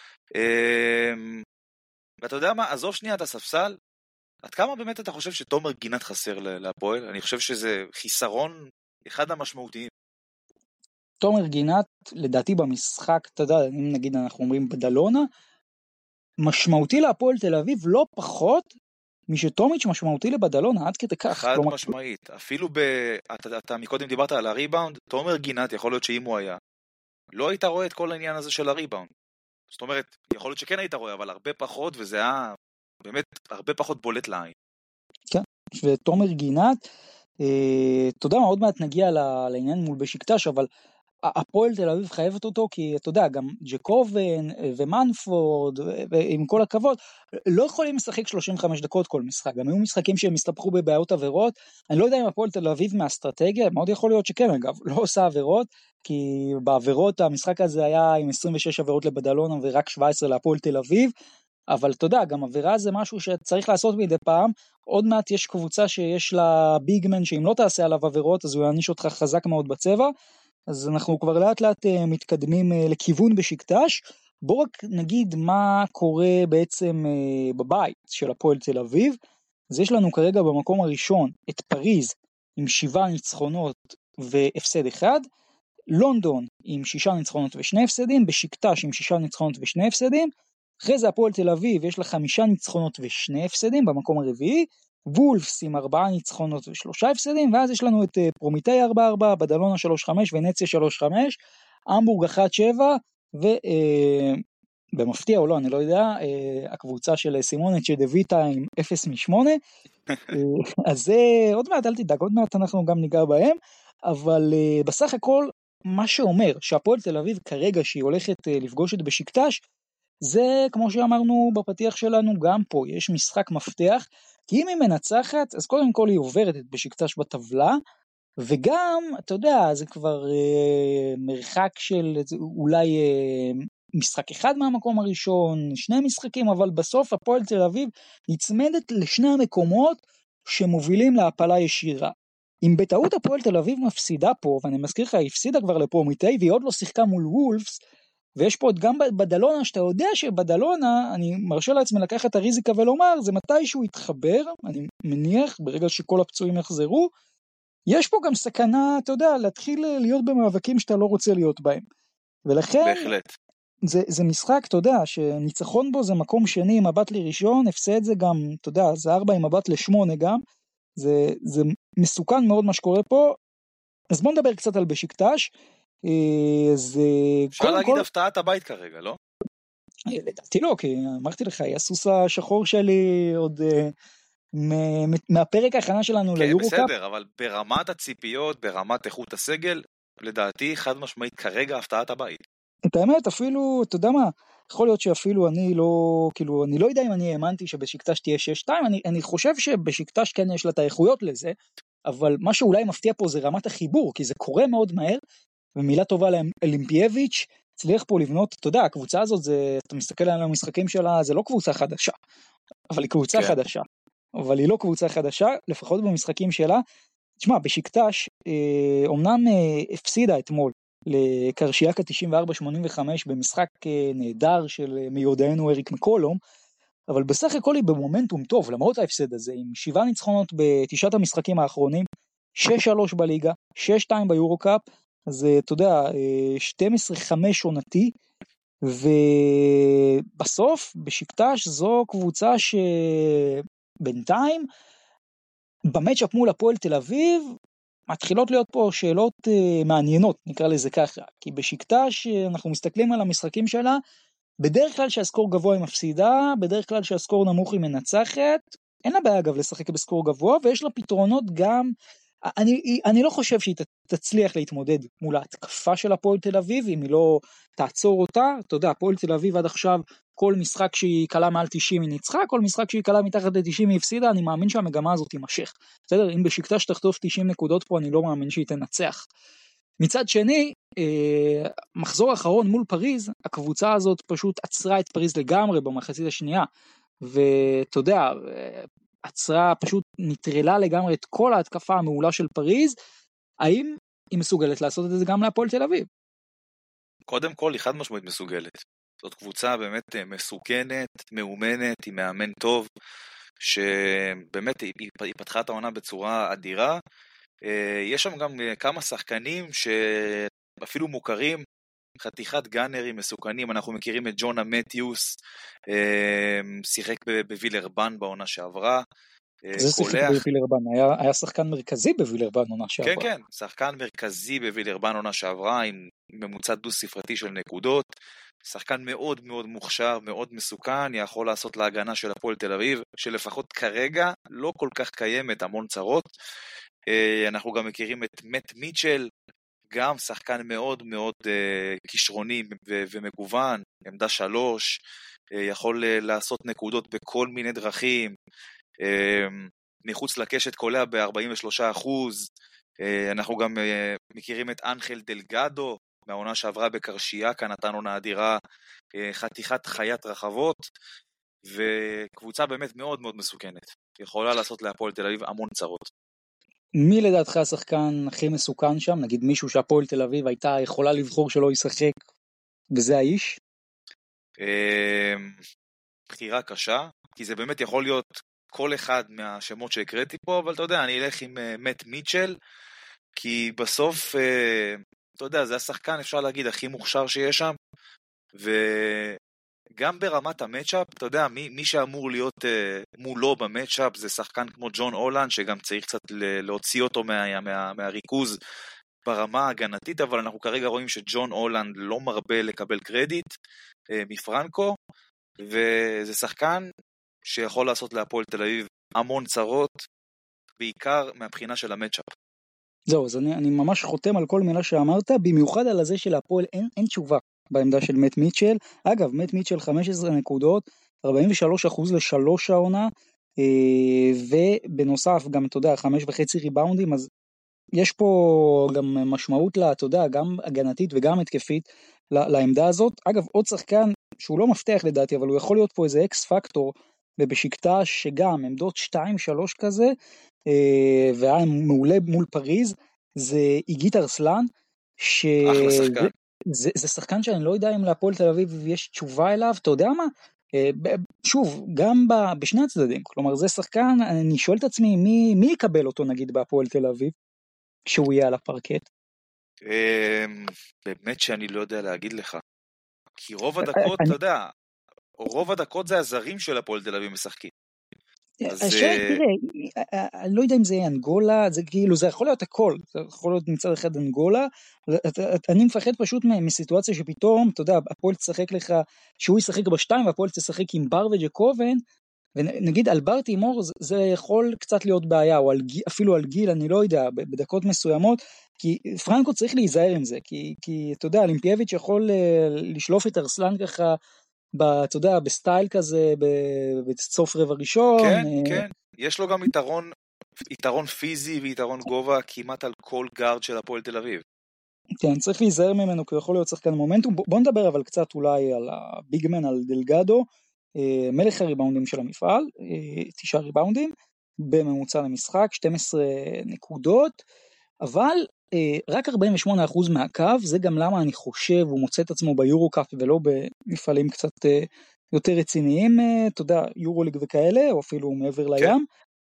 ואתה יודע מה, עזוב שנייה את הספסל, עד כמה באמת אתה חושב שתומר גינת חסר להפועל? אני חושב שזה חיסרון אחד המשמעותיים. תומר גינת, לדעתי במשחק, אתה יודע, אם נגיד אנחנו אומרים בדלונה, משמעותי להפועל תל אביב לא פחות משטומיץ' משמעותי לבדלונה, עד כדי כך. חד משמעית, אפילו אתה מקודם דיברת על הריבאונד, תומר גינת יכול להיות שאם הוא היה, לא היית רואה את כל העניין הזה של הריבאונד. זאת אומרת, יכול להיות שכן היית רואה, אבל הרבה פחות, וזה היה באמת הרבה פחות בולט לעין. כן, ותומר גינת, אתה יודע מה, עוד מעט נגיע לעניין מול בשקטש, אבל הפועל תל אביב חייבת אותו, כי אתה יודע, גם ג'קובן ומנפורד, ועם כל הכבוד, לא יכולים לשחק 35 דקות כל משחק, גם היו משחקים שהם הסתבכו בבעיות עבירות, אני לא יודע אם הפועל תל אביב מהאסטרטגיה, מאוד יכול להיות שכן, אגב, לא עושה עבירות, כי בעבירות המשחק הזה היה עם 26 עבירות לבדלונה, ורק 17 להפועל תל אביב, אבל אתה יודע, גם עבירה זה משהו שצריך לעשות מדי פעם, עוד מעט יש קבוצה שיש לה ביגמן, שאם לא תעשה עליו עבירות, אז הוא יעניש אותך חזק מאוד בצבע, אז אנחנו כבר לאט לאט מתקדמים לכיוון בשקטש, בוא רק נגיד מה קורה בעצם בבית של הפועל תל אביב. אז יש לנו כרגע במקום הראשון את פריז עם 7 ניצחונות והפסד אחד, לונדון עם 6 ניצחונות ו2 הפסדים, בשיקטש עם 6 ניצחונות ו2 הפסדים, אחרי זה הפועל תל אביב יש לה 5 ניצחונות ו2 הפסדים במקום הרביעי, וולפס עם 4 ניצחונות ו3 הפסדים, ואז יש לנו את פרומיטי 4-4, בדלונה 3-5 ונציה 3-5, המבורג 1-7, ובמפתיע או לא, אני לא יודע, הקבוצה של סימונט שדוויטה עם 0-8, אז זה עוד מעט, אל תדאג, עוד מעט אנחנו גם ניגע בהם, אבל בסך הכל, מה שאומר שהפועל תל אביב כרגע שהיא הולכת לפגוש את בשיקטש, זה כמו שאמרנו בפתיח שלנו, גם פה יש משחק מפתח, כי אם היא מנצחת, אז קודם כל היא עוברת את בשיקטש בטבלה, וגם, אתה יודע, זה כבר מרחק של אולי משחק אחד מהמקום הראשון, 2 משחקים, אבל בסוף הפועל תל אביב נצמדת לשני המקומות שמובילים להפלה ישירה. אם בטעות הפועל תל אביב מפסידה פה, ואני מזכיר לך, היא הפסידה כבר לפרומיטי, והיא עוד לא שיחקה מול וולפס, ויש פה עוד גם בדלונה, שאתה יודע שבדלונה, אני מרשה לעצמי לקחת את הריזיקה ולומר, זה מתישהו יתחבר, אני מניח, ברגע שכל הפצועים יחזרו, יש פה גם סכנה, אתה יודע, להתחיל להיות במאבקים שאתה לא רוצה להיות בהם. ולכן, בהחלט. זה משחק, אתה יודע, שניצחון בו זה מקום שני עם מבט לראשון, הפסד זה גם, אתה יודע, זה 4 עם מבט ל8 גם, זה מסוכן מאוד מה שקורה פה. אז בוא נדבר קצת על בשיקטש. אפשר להגיד הפתעת הבית כרגע, לא? לדעתי לא, כי אמרתי לך, היא הסוס השחור שלי עוד מהפרק ההכנה שלנו ליורוקאפ. כן, בסדר, אבל ברמת הציפיות, ברמת איכות הסגל, לדעתי חד משמעית כרגע הפתעת הבית. את האמת, אפילו, אתה יודע מה, יכול להיות שאפילו אני לא יודע אם אני האמנתי שבשיקטש תהיה 6-2, אני חושב שבשיקטש כן יש לה את האיכויות לזה, אבל מה שאולי מפתיע פה זה רמת החיבור, כי זה קורה מאוד מהר, ומילה טובה לאולימפייביץ', צריך פה לבנות, אתה יודע, הקבוצה הזאת, אתה מסתכל על המשחקים שלה, זה לא קבוצה חדשה, אבל היא קבוצה חדשה, אבל היא לא קבוצה חדשה, לפחות במשחקים שלה. תשמע, בשיקטש, אומנם הפסידה אתמול, לקרשיאקה 94-85 במשחק נהדר של מיודענו אריק מקולום, אבל בסך הכל היא במומנטום טוב, למרות ההפסד הזה, עם 7 ניצחונות ב9 המשחקים האחרונים, 6-3 בליגה, 6-2 ביורוקאפ, אז אתה יודע, 12-5 עונתי, ובסוף בשיקטש זו קבוצה שבינתיים, במצ'אפ מול הפועל תל אביב, מתחילות להיות פה שאלות מעניינות, נקרא לזה ככה, כי בשיקטש אנחנו מסתכלים על המשחקים שלה, בדרך כלל שהסקור גבוה היא מפסידה, בדרך כלל שהסקור נמוך היא מנצחת, אין לה בעיה אגב לשחק בסקור גבוה, ויש לה פתרונות גם, אני לא חושב שהיא תצליח להתמודד מול ההתקפה של הפועל תל אביב, אם היא לא תעצור אותה, אתה יודע, הפועל תל אביב עד עכשיו, כל משחק שהיא קלה מעל 90 היא ניצחה, כל משחק שהיא קלה מתחת ל-90 היא הפסידה, אני מאמין שהמגמה הזאת תימשך. בסדר, אם בשיקטש תחטוף 90 נקודות פה, אני לא מאמין שהיא תנצח. מצד שני, מחזור האחרון מול פריז, הקבוצה הזאת פשוט עצרה את פריז לגמרי במחצית השנייה, ואתה יודע, עצרה, פשוט נטרלה לגמרי את כל ההתקפה המעולה של פריז. האם היא מסוגלת לעשות את זה גם להפועל תל אביב? קודם כל, היא חד משמעית מסוגלת. זאת קבוצה באמת מסוכנת, מאומנת, היא מאמן טוב, שבאמת היא פתחה את העונה בצורה אדירה. יש שם גם כמה שחקנים שאפילו מוכרים, חתיכת גאנרים מסוכנים, אנחנו מכירים את ג'ונה מתיוס, שיחק בווילרבן בעונה שעברה. זה שיחק בווילרבן, היה שחקן מרכזי בווילרבן עונה שעברה. כן, כן, שחקן מרכזי בווילרבן עונה שעברה, עם ממוצע דו ספרתי של נקודות, שחקן מאוד מאוד מוכשר, מאוד מסוכן, יכול לעשות להגנה של הפועל תל אביב, שלפחות כרגע לא כל כך קיימת, המון צרות. אנחנו גם מכירים את מט מיטשל, גם שחקן מאוד מאוד כישרוני ומגוון, עמדה 3, יכול לעשות נקודות בכל מיני דרכים, מחוץ לקשת קולע ב-43%, אנחנו גם מכירים את אנחל דלגדו, מהעונה שעברה בקרשיאקה, נתן עונה אדירה, חתיכת חיית רחבות, וקבוצה באמת מאוד מאוד מסוכנת, יכולה לעשות להפועל תל אביב המון צרות. מי לדעתך השחקן הכי מסוכן שם? נגיד מישהו שהפועל תל אביב הייתה יכולה לבחור שלא ישחק, וזה האיש? בחירה קשה, כי זה באמת יכול להיות כל אחד מהשמות שהקראתי פה, אבל אתה יודע, אני אלך עם מאט מיטשל, כי בסוף, אתה יודע, זה השחקן, אפשר להגיד, הכי מוכשר שיש שם, וגם ברמת המאצ'אפ, אתה יודע, מי שאמור להיות מולו במאצ'אפ, זה שחקן כמו ג'ון אולנד, שגם צריך קצת להוציא אותו מהריכוז ברמה ההגנתית, אבל אנחנו כרגע רואים שג'ון אולנד לא מרבה לקבל קרדיט מפרנקו, וזה שחקן שיכול לעשות להפועל תל אביב המון צרות, בעיקר מהבחינה של המאצ'אפ. זהו, אז אני ממש חותם על כל מילה שאמרת, במיוחד על הזה של הפועל אין תשובה בעמדה של מאט מיטשל. אגב, מאט מיטשל 15 נקודות, 43% ל3 העונה, ובנוסף גם, אתה יודע, 5.5 ריבאונדים, אז יש פה גם משמעות לה, אתה יודע, גם הגנתית וגם התקפית לעמדה הזאת. אגב, עוד שחקן שהוא לא מפתח לדעתי, אבל הוא יכול להיות פה איזה אקס פקטור, ובשקטה שגם עמדות 2-3 כזה, והיה מעולה מול פריז, זה איגית ארסלן, אחלה שחקן. זה שחקן שאני לא יודע אם להפועל תל אביב יש תשובה אליו, אתה יודע מה? שוב, גם בשני הצדדים, כלומר זה שחקן, אני שואל את עצמי, מי יקבל אותו נגיד בהפועל תל אביב, כשהוא יהיה על הפרקט? באמת שאני לא יודע להגיד לך, כי רוב הדקות, אתה יודע, רוב הדקות זה הזרים של הפועל תל אביב משחקים. השאלה, תראה, אני לא יודע אם זה אנגולה, זה כאילו, זה יכול להיות הכל, זה יכול להיות מצד אחד אנגולה, אני מפחד פשוט מסיטואציה שפתאום, אתה יודע, הפועל תשחק לך, שהוא ישחק בשתיים, והפועל תשחק עם בר וג'קובן, ונגיד על בר תימור, זה יכול קצת להיות בעיה, או אפילו על גיל, אני לא יודע, בדקות מסוימות, כי פרנקו צריך להיזהר עם זה, כי אתה יודע, אולימפיאביץ' יכול לשלוף את ארסלן ככה, אתה יודע, בסטייל כזה, בסוף רבע ראשון. כן, כן, יש לו גם יתרון פיזי ויתרון גובה כמעט על כל גארד של הפועל תל אביב. כן, צריך להיזהר ממנו, כי הוא יכול להיות שחקן מומנטום. בוא נדבר אבל קצת אולי על הביגמן, על דלגדו, מלך הריבאונדים של המפעל, 9 ריבאונדים, בממוצע למשחק, 12 נקודות, אבל רק 48% מהקו, זה גם למה אני חושב, הוא מוצא את עצמו ביורו-קאפ ולא במפעלים קצת יותר רציניים, אתה יודע, יורו-ליג וכאלה, או אפילו מעבר לים.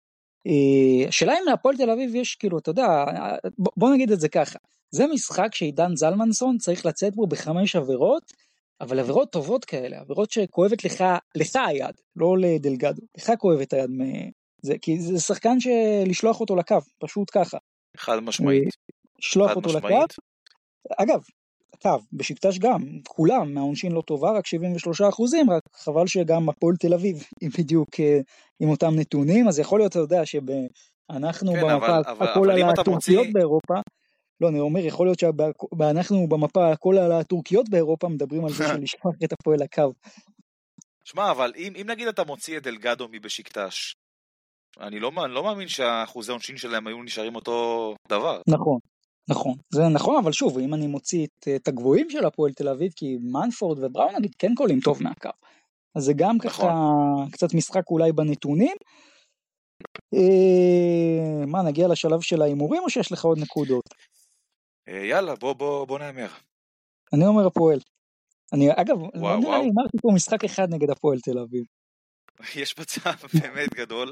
השאלה אם להפועל תל אביב יש, כאילו, אתה יודע, בוא נגיד את זה ככה, זה משחק שעידן זלמנסון צריך לצאת בו ב5 עבירות, אבל עבירות טובות כאלה, עבירות שכואבת לך היד, לא לדלגדו, לך כואבת היד מזה, כי זה שחקן שלשלוח אותו לקו, פשוט ככה. חד משמעית. שלוח אותו לקו. אגב, הקו, בשקטש גם, כולם, מהעונשין לא טובה, רק 73%, רק חבל שגם הפועל תל אביב, בדיוק עם אותם נתונים, אז יכול להיות, אתה יודע, שאנחנו במפה, הכל על הטורקיות באירופה, לא, אני אומר, יכול להיות שאנחנו במפה, הכל על הטורקיות באירופה, מדברים על זה של לשלוח את הפועל לקו. שמע, אבל אם נגיד אתה מוציא את דלגדו מבשקטש, אני לא מאמין שהאחוזי העונשין שלהם היו נשארים אותו דבר. נכון, זה נכון, אבל שוב, אם אני מוציא את הגבוהים של הפועל תל אביב, כי מנפורד ובראון נגיד כן קולים טוב מהקו, אז זה גם ככה קצת משחק אולי בנתונים. מה, נגיע לשלב של האימורים או שיש לך עוד נקודות? יאללה, בוא נאמר. אני אומר הפועל. אגב, לא נראה לי, אמרתי פה משחק אחד נגד הפועל תל אביב. יש מצב באמת גדול.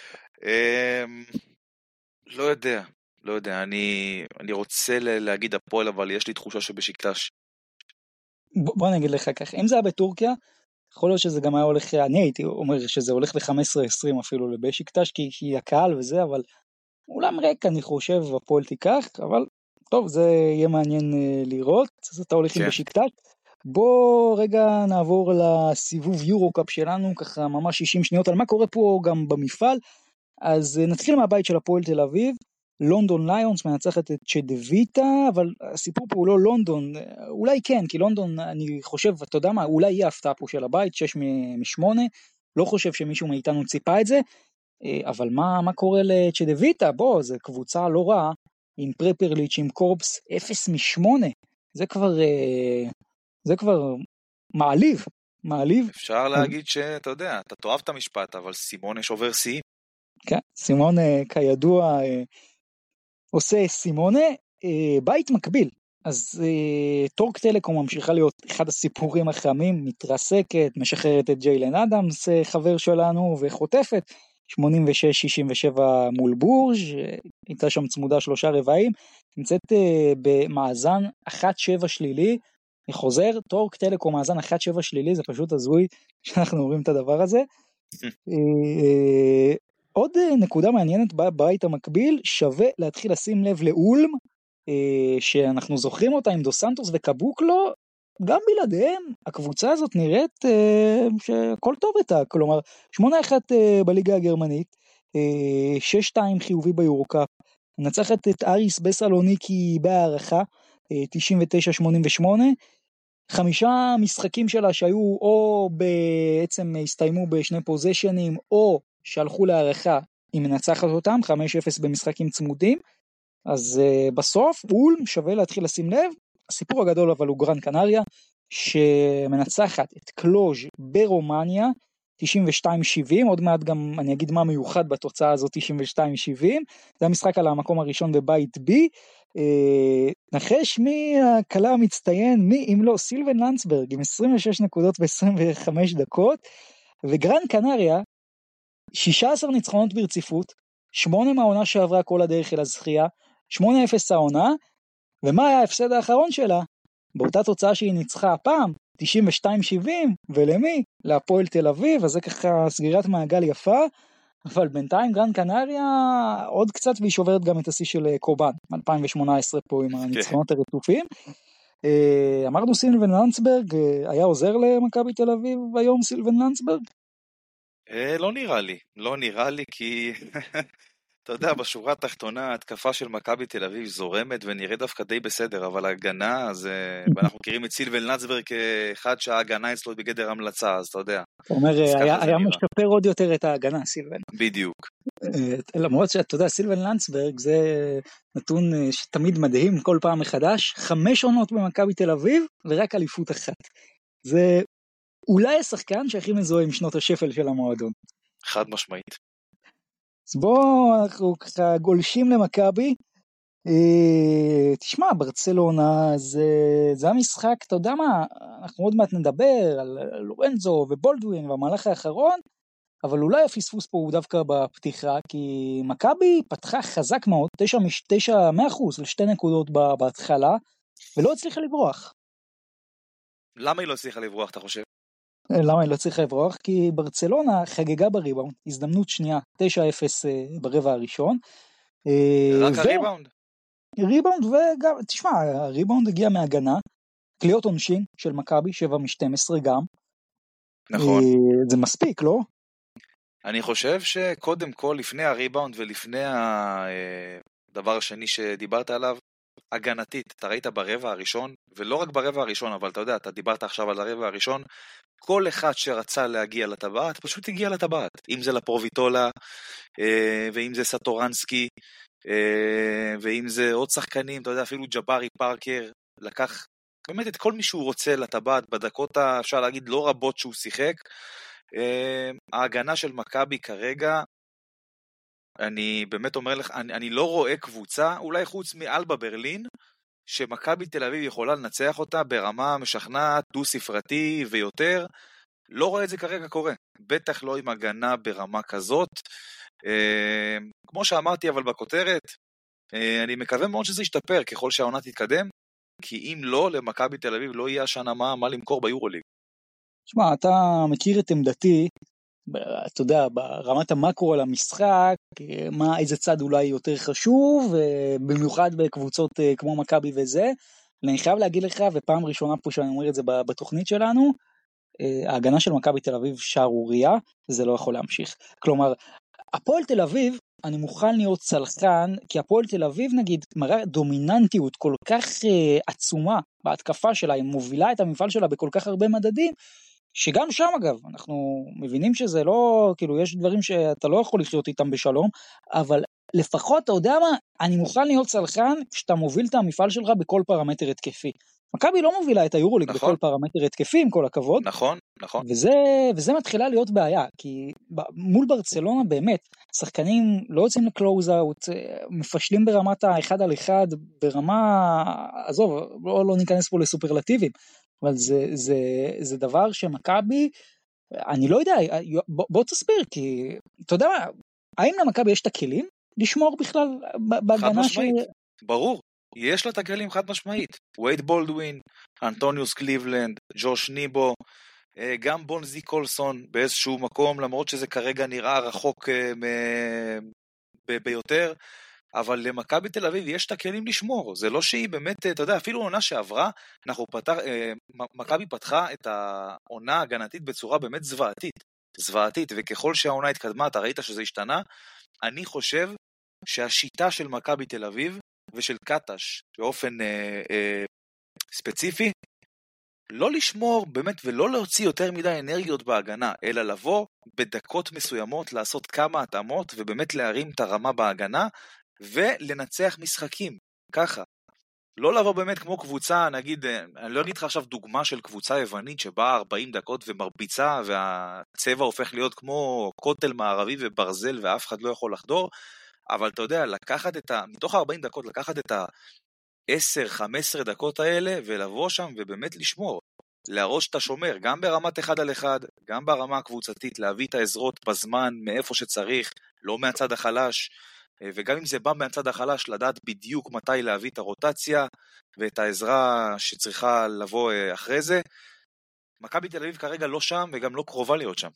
לא יודע, אני רוצה להגיד הפועל, אבל יש לי תחושה שבשקטש. בוא נגיד לך כך, אם זה היה בטורקיה, יכול להיות שזה גם היה הולך, אני הייתי אומר שזה הולך ל-15-20 אפילו לבשקטש, כי הקהל וזה, אבל אולם ריק אני חושב הפועל תיקח, אבל טוב, זה יהיה מעניין לראות, אז אתה הולך עם בשקטש. בוא רגע נעבור לסיבוב יורו-קאפ שלנו, ככה ממש 60 שניות, על מה קורה פה גם במפעל. אז נתחיל מהבית של הפועל תל אביב, לונדון ליונס מנצחת את צ'דוויטה, אבל הסיפור פה הוא לא לונדון, אולי כן, כי לונדון, אני חושב, אתה יודע מה, אולי יהיה הפתעה פה של הבית, 6-8, לא חושב שמישהו מאיתנו ציפה את זה, אבל מה קורה לצ'דוויטה? בוא, זה קבוצה לא רעה, עם פרפרליץ', עם קורפס, 0-8, זה כבר מעליב. אפשר להגיד שאתה יודע, אתה תאהב את המשפט, אבל סימון שובר שיא. כן, סימון כידוע עושה סימונה, בית מקביל אז טורק טלקום ממשיכה להיות אחד הסיפורים החמים, מתרסקת, משחררת את ג'יילן אדמס, חבר שלנו, וחוטפת 86-67 מול בורג', הייתה שם צמודה 3 רבעים, נמצאת במאזן 1-7 שלילי, אני חוזר, טורק טלקום מאזן 1-7 שלילי, זה פשוט הזוי שאנחנו אומרים את הדבר הזה. עוד נקודה מעניינת בבית המקביל, שווה להתחיל לשים לב לאולם, שאנחנו זוכרים אותה עם דו סנטוס וקבוקלו, גם בלעדיהם הקבוצה הזאת נראית שכל טוב איתה, כלומר 8-1 בליגה הגרמנית, 6-2 חיובי ביורוקאפ, נצחת את אריס בסלוניקי בהערכה, 99-88, 5 משחקים שלה שהיו או בעצם הסתיימו בשני פוזיישנים, או שהלכו להערכה, היא מנצחת אותם, 5-0 במשחקים צמודים, אז בסוף אולם שווה להתחיל לשים לב, הסיפור הגדול אבל הוא גרן קנריה, שמנצחת את קלוז' ברומניה, 92-70, עוד מעט גם אני אגיד מה מיוחד בתוצאה הזאת, 92-70, זה המשחק על המקום הראשון בבית בי, נחש מי הקלה המצטיין, מי אם לא סילבן לנדסברג, עם 26 נקודות ב-25 דקות, וגרן קנריה, 16 ניצחונות ברציפות, 8 מהעונה שעברה כל הדרך אל הזכייה, 8-0 העונה, ומה היה ההפסד האחרון שלה? באותה תוצאה שהיא ניצחה הפעם, 92-70, ולמי? להפועל תל אביב, אז זה ככה סגירת מעגל יפה, אבל בינתיים גרן קנריה עוד קצת, והיא שוברת גם את השיא של קובן, 2018 פה עם הניצחונות הרצופים. אמרנו סילבן לנדסברג, היה עוזר למכבי תל אביב היום סילבן לנדסברג? לא נראה לי כי אתה יודע, בשורה התחתונה ההתקפה של מכבי תל אביב זורמת ונראה דווקא די בסדר, אבל ההגנה, ואנחנו מכירים את סילבן לנדסברג כאחד שההגנה אצלו בגדר המלצה, אז אתה יודע. אתה אומר, היה משפר עוד יותר את ההגנה, סילבן. בדיוק. למרות שאתה יודע, סילבן לנדסברג זה נתון שתמיד מדהים כל פעם מחדש, 5 עונות במכבי תל אביב ורק אליפות אחת. זה אולי השחקן שהכי מזוהה עם שנות השפל של המועדון. חד משמעית. אז בואו אנחנו ככה גולשים למכבי, תשמע, ברצלונה זה המשחק, אתה יודע מה, אנחנו עוד מעט נדבר על לורנזו ובולדווין והמהלך האחרון, אבל אולי הפספוס פה הוא דווקא בפתיחה, כי מכבי פתחה חזק מאוד, 100% ל2 נקודות בהתחלה, ולא הצליחה לברוח. למה היא לא הצליחה לברוח, אתה חושב? למה היא לא צריכה לברוח? כי ברצלונה חגגה בריבאונד, הזדמנות שנייה, 9-0 ברבע הראשון. רק הריבאונד? ריבאונד וגם, תשמע, הריבאונד הגיע מהגנה, קליעות עונשין של מכבי, 7-12 גם. נכון. זה מספיק, לא? אני חושב שקודם כל, לפני הריבאונד ולפני הדבר השני שדיברת עליו, הגנתית, אתה ראית ברבע הראשון, ולא רק ברבע הראשון, אבל אתה יודע, אתה דיברת עכשיו על הרבע הראשון, כל אחד שרצה להגיע לטבעת, פשוט הגיע לטבעת, אם זה לפרוביטולה, ואם זה סטורנסקי, ואם זה עוד שחקנים, אתה יודע, אפילו ג'בארי פארקר, לקח באמת את כל מי שהוא רוצה לטבעת, בדקות אפשר להגיד לא רבות שהוא שיחק, ההגנה של מכבי כרגע, אני באמת אומר לך, אני לא רואה קבוצה, אולי חוץ מאלבה ברלין, שמכבי תל אביב יכולה לנצח אותה ברמה משכנעת, דו ספרתי ויותר, לא רואה את זה כרגע קורה, בטח לא עם הגנה ברמה כזאת, כמו שאמרתי אבל בכותרת, אני מקווה מאוד שזה ישתפר ככל שהעונה תתקדם, כי אם לא, למכבי תל אביב לא יהיה השנה מה למכור ביורוליג. שמע, אתה מכיר את עמדתי, אתה יודע, ברמת המקרו על המשחק, איזה צד אולי יותר חשוב, במיוחד בקבוצות כמו מכבי וזה, אני חייב להגיד לך, ופעם ראשונה פה שאני אומר את זה בתוכנית שלנו, ההגנה של מכבי תל אביב שערוריה, זה לא יכול להמשיך. כלומר, הפועל תל אביב, אני מוכן להיות צלחן, כי הפועל תל אביב נגיד, מראה דומיננטיות כל כך עצומה בהתקפה שלה, היא מובילה את המפעל שלה בכל כך הרבה מדדים, שגם שם אגב, אנחנו מבינים שזה לא, כאילו יש דברים שאתה לא יכול לחיות איתם בשלום, אבל לפחות אתה יודע מה, אני מוכן להיות צלחן כשאתה מוביל את המפעל שלך בכל פרמטר התקפי. מכבי לא מובילה את היורוליג נכון. בכל פרמטר התקפי, עם כל הכבוד. נכון. נכון. וזה מתחילה להיות בעיה, כי מול ברצלונה באמת, שחקנים לא יוצאים לקלוז-אוט, מפשלים ברמת האחד על אחד, ברמה, עזוב, לא ניכנס פה לסופרלטיבים, אבל זה דבר שמכבי, אני לא יודע, בוא תסביר, כי אתה יודע מה, האם למכבי יש את הכלים לשמור בכלל בהגנה חד משמעית, ברור, יש לה את הכלים חד משמעית, וייד בולדווין, אנטוניוס קליבלנד, ג'וש ניבו, גם בונזי קולסון באיזשהו מקום, למרות שזה כרגע נראה רחוק ביותר, אבל למכבי תל אביב יש את הכלים לשמור, זה לא שהיא באמת, אתה יודע, אפילו עונה שעברה, מכבי פתחה את העונה הגנתית בצורה באמת זוועתית, וככל שהעונה התקדמה, אתה ראית שזה השתנה, אני חושב שהשיטה של מכבי תל אביב, ושל קטש, באופן ספציפי, לא לשמור באמת ולא להוציא יותר מדי אנרגיות בהגנה, אלא לבוא בדקות מסוימות, לעשות כמה התאמות, ובאמת להרים את הרמה בהגנה, ולנצח משחקים, ככה. לא לבוא באמת כמו קבוצה, נגיד, אני לא אגיד לך עכשיו דוגמה של קבוצה יוונית, שבאה 40 דקות ומרביצה, והצבע הופך להיות כמו קוטל מערבי וברזל, ואף אחד לא יכול לחדור, אבל אתה יודע, מתוך 40 דקות, לקחת את 10-15 דקות האלה, ולבוא שם ובאמת לשמור, להראות שאתה שומר, גם ברמת אחד על אחד, גם ברמה הקבוצתית, להביא את העזרות בזמן, מאיפה שצריך, לא מהצד החלש, וגם אם זה בא מהצד החלש, לדעת בדיוק מתי להביא את הרוטציה, ואת העזרה שצריכה לבוא אחרי זה. מכבי תל אביב כרגע לא שם, וגם לא קרובה להיות שם.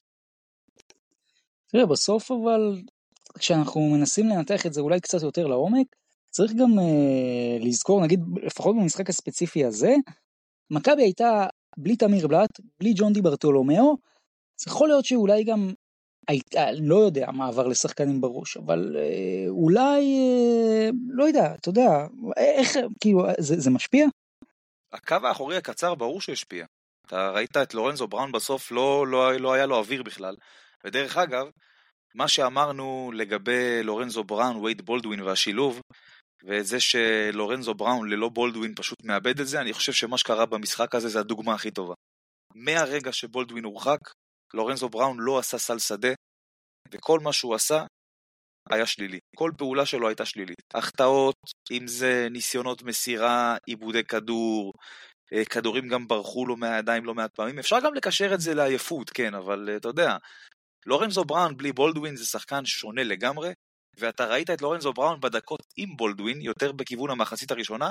תראה, בסוף אבל, כשאנחנו מנסים לנתח את זה אולי קצת יותר לעומק, צריך גם לזכור, נגיד, לפחות במשחק הספציפי הזה, מכבי הייתה בלי תמיר בלט, בלי ג'ון די ברטולומיאו, זה יכול להיות שאולי גם, לא יודע מה עבר לשחקנים בראש, אבל אולי, לא יודע, אתה יודע, איך, כאילו, זה משפיע? הקו האחורי הקצר ברור שהשפיע. אתה ראית את לורנזו בראון בסוף, לא היה לו אוויר בכלל. ודרך אגב, מה שאמרנו לגבי לורנזו בראון, וייד בולדווין והשילוב, וזה שלורנזו בראון ללא בולדווין פשוט מאבד את זה, אני חושב שמה שקרה במשחק הזה זה הדוגמה הכי טובה. מהרגע שבולדווין הורחק, לורנזו בראון לא עשה סל שדה, וכל מה שהוא עשה היה שלילי. כל פעולה שלו הייתה שלילית. החטאות, אם זה ניסיונות מסירה, עיבודי כדור, כדורים גם ברחו לו מהידיים לא מעט פעמים. אפשר גם לקשר את זה לעייפות, כן, אבל אתה יודע, לורנזו בראון בלי בולדווין זה שחקן שונה לגמרי, ואתה ראית את לורנזו בראון בדקות עם בולדווין, יותר בכיוון המחצית הראשונה,